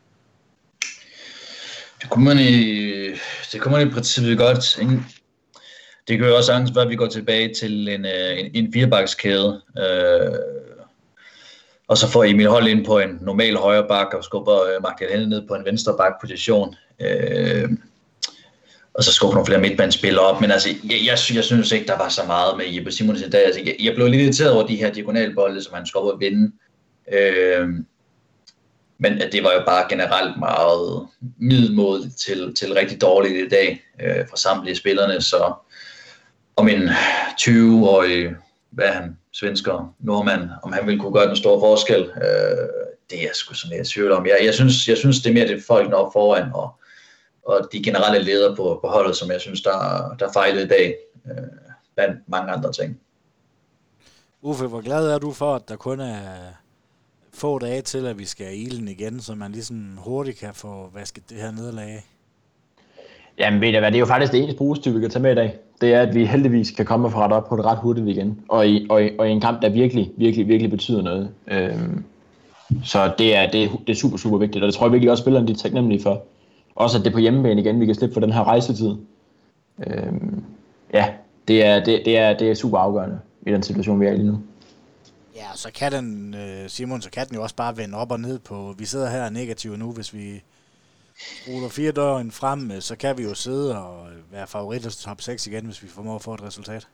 Det kunne man i, det kunne man i princippet godt. Det kan jo også sagtens være, at vi går tilbage til en, en, en firebakskæde, øh, og så får Emil Holm ind på en normal højre bak, og skubber øh, Magdalene ned på en venstre bakposition. Øh, og så skubbe nogle flere midtbanespillere op, men altså, jeg, jeg, jeg synes ikke, der var så meget med Jeppe Simonsen i dag. Altså, jeg, jeg blev lidt irriteret over de her diagonalbolde, som han skulle op og vinde. Øh, men det var jo bare generelt meget middelmådigt til, til rigtig dårligt i dag øh, fra samtlige spillerne, så om en tyve-årig, hvad er han, svensker, nordmand, om han ville kunne gøre den store forskel, øh, det er jeg sgu sådan lidt tvivl om. Jeg, jeg, synes, jeg synes, det er mere det folk op foran, og, og de generelle ledere på, på holdet, som jeg synes, der, der fejlede i dag, øh, blandt mange andre ting. Uffe, hvor glad er du for, at der kun er få dage til, at vi skal i ilden igen, så man ligesom hurtigt kan få vasket det her nederlag af? Jamen ved du hvad, det er jo faktisk det eneste positive, vi kan tage med i dag. Det er, at vi heldigvis kan komme og få ret op på det ret hurtigt igen. Og i, og, i, og i en kamp, der virkelig, virkelig, virkelig betyder noget. Øhm, så det er, det, er, det er super, super vigtigt. Og det tror jeg virkelig også, spillerne de er taknemmelige for. Også at det er på hjemmebane igen, vi kan slippe for den her rejsetid. Øhm, ja, det er, det, det, er, det er super afgørende i den situation, vi er i lige nu. Ja, så kan den, Simon, så kan den jo også bare vende op og ned på, vi sidder her negativt nu, hvis vi ruller fire døren frem, så kan vi jo sidde og være favoritter til top seks igen, hvis vi formår at få et resultat.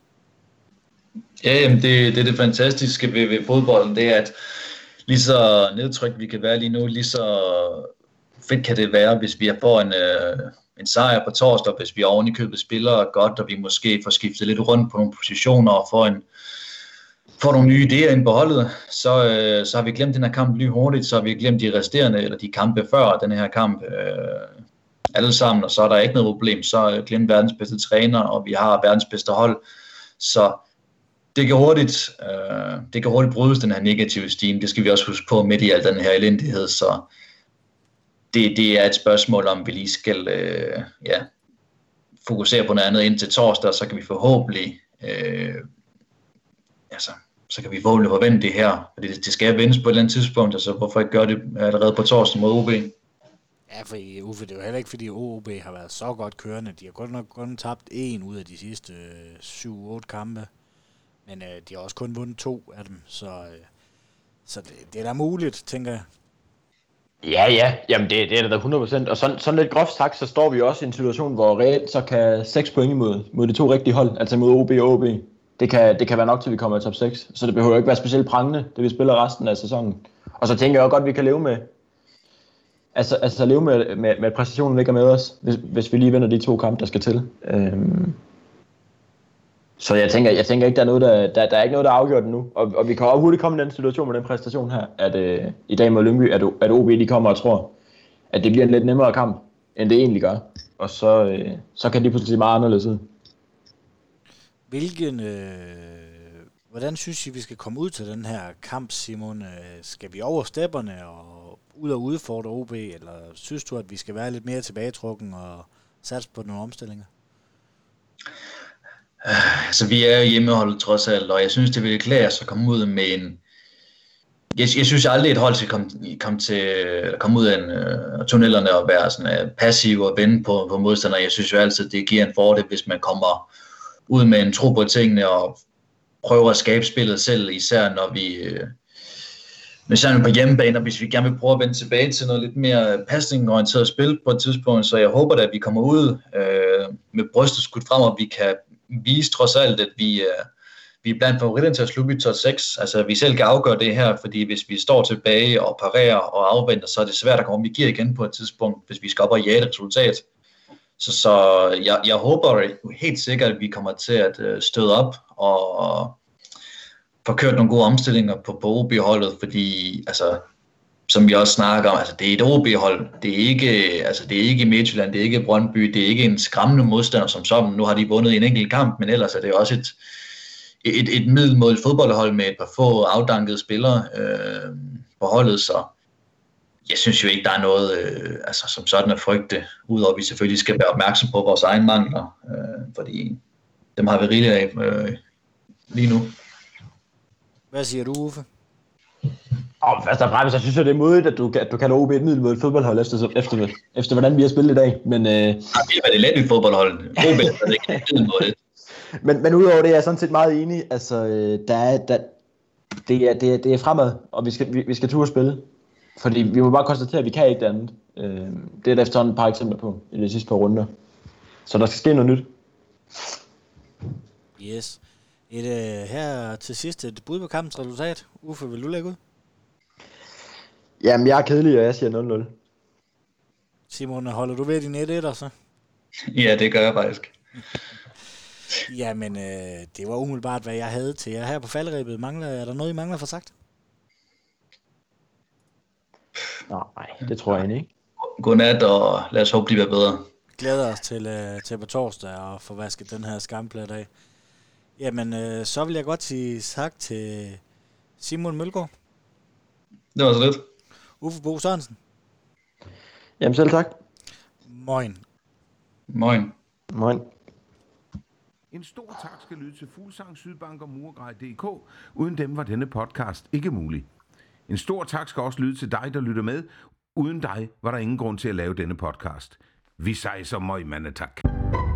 Ja, jamen det, det er det fantastiske ved, ved fodbolden, det er, at lige så nedtrykt vi kan være lige nu, lige så fedt kan det være, hvis vi får en, øh, en sejr på torsdag, hvis vi oven i købet spiller godt, og vi måske får skiftet lidt rundt på nogle positioner og får en får nogle nye idéer ind på holdet, så, øh, så har vi glemt den her kamp lige hurtigt, så har vi glemt de resterende, eller de kampe før den her kamp, øh, alle sammen, og så er der ikke noget problem, så øh, glemt verdens bedste træner, og vi har verdens bedste hold, så det kan hurtigt, øh, det kan hurtigt brydes, den her negative stime, det skal vi også huske på midt i al den her elendighed, så det, det er et spørgsmål om, vi lige skal øh, ja, fokusere på noget andet indtil torsdag, så kan vi forhåbentlig øh, altså så kan vi forhåbentlig forvente det her, fordi det, det skal vendes på et eller andet tidspunkt, altså hvorfor ikke gøre det allerede på torsdag mod O B? Ja, for Uffe, det er jo heller ikke, fordi O B har været så godt kørende. De har godt nok kun tabt en ud af de sidste øh, syv otte kampe, men øh, de har også kun vundet to af dem, så, øh, så det, det er da muligt, tænker jeg. Ja, ja, jamen det, det er da hundrede procent, og sådan, sådan lidt groft sagt, så står vi også i en situation, hvor reelt så kan seks point mod, mod de to rigtige hold, altså mod O B og O B. Det kan, det kan være nok til, vi kommer i top seks, så det behøver ikke være specielt prangende, det vi spiller resten af sæsonen. Og så tænker jeg også godt, at vi kan leve med, altså, altså leve med, med, med at præstationen ligger med os, hvis, hvis vi lige vinder de to kampe, der skal til. Øhm. Så jeg tænker, jeg tænker ikke, der er noget, der, der, der er ikke noget, der er afgjort nu. Og, og vi kan også hurtigt komme i den situation med den præstation her, at øh, i dag mod Lyngby, at, at O B de kommer og tror, at det bliver en lidt nemmere kamp, end det egentlig gør. Og så, øh, så kan de pludselig se meget anderledes ud. Hvilken, øh, hvordan synes I, vi skal komme ud til den her kamp, Simon? Skal vi over stepperne og ud og udfordre O B, eller synes du, at vi skal være lidt mere tilbagetrukken og satse på nogle omstillinger? Altså, vi er jo hjemmeholdet trods alt, og jeg synes, det vil klæde os at komme ud med en... Jeg, jeg synes aldrig, et hold skal komme, komme, til, komme ud af en, uh, tunnelerne og være sådan, uh, passiv og vende på, på modstandere. Jeg synes jo altid, det giver en fordel, hvis man kommer ud med en tro på tingene og prøver at skabe spillet selv, især når vi øh, især når på hjemmebane, og hvis vi gerne vil prøve at vende tilbage til noget lidt mere passing-orienteret spil på et tidspunkt, så jeg håber da, at vi kommer ud øh, med brystet skudt frem, og vi kan vise trods alt, at vi, øh, vi er blandt favoritterne til at slutte i top seks, altså at vi selv kan afgøre det her, fordi hvis vi står tilbage og parerer og afventer, så er det svært at komme, vi giver igen på et tidspunkt, hvis vi skal op og jage et resultat. Så, så jeg, jeg håber helt sikkert, at vi kommer til at øh, støde op og, og få kørt nogle gode omstillinger på, på O B-holdet, fordi altså, som vi også snakker om, altså, det er et O B-hold, det er ikke, altså, det er ikke Midtjylland, det er ikke Brøndby, det er ikke en skræmmende modstander som sådan. Nu har de vundet en enkelt kamp, men ellers er det også et, et, et middelmådigt fodboldhold med et par få afdankede spillere øh, på holdet, så jeg synes jo ikke, der er noget øh, altså, som sådan at frygte, udover at vi selvfølgelig skal være opmærksom på vores egne mangler, øh, fordi dem har vi rigeligt af øh, lige nu. Hvad siger du, Uffe? Og først og fremmest, så synes jeg, det er modigt, at du, at du kalder O B et middelmådigt fodboldhold efter, efter, efter hvordan vi har spillet i dag. Men, øh... ja, vi har været elendigt fodboldhold. O B er ikke middelmådigt. men, men udover det er jeg sådan set meget enig. Altså, der er, der, det, er, det, er, det er fremad, og vi skal, vi, vi skal turde spille. Fordi vi må bare konstatere, at vi kan ikke det andet. Øh, det er der efterhånden et par eksempler på i de sidste par runder. Så der skal ske noget nyt. Yes. Et, uh, her til sidst et bud på kampens resultat. Uffe, vil du lægge ud? Jamen, jeg er kedelig, og jeg siger nul nul. Simon, holder du ved din et et så? Ja, det gør jeg faktisk. Jamen, øh, det var umiddelbart, hvad jeg havde til jer her på falderebet. Mangler, er der noget, I mangler for sagt? Nej, det tror jeg ikke. Godnat, og lad os håbe, de bliver bedre. Glæder os til, øh, til på torsdag og få vasket den her skamplet af. Jamen, øh, så vil jeg godt sige tak til Simon Mølgaard. Det var så lidt. Uffe Bo Sørensen. Jamen selv tak. Moin. Moin. Moin. En stor tak skal lyde til Fuglsang, Sydbank og Murgrej punktum d k. Uden dem var denne podcast ikke mulig. En stor tak skal også lyde til dig, der lytter med. Uden dig var der ingen grund til at lave denne podcast. Vi sejser møg, mandetak.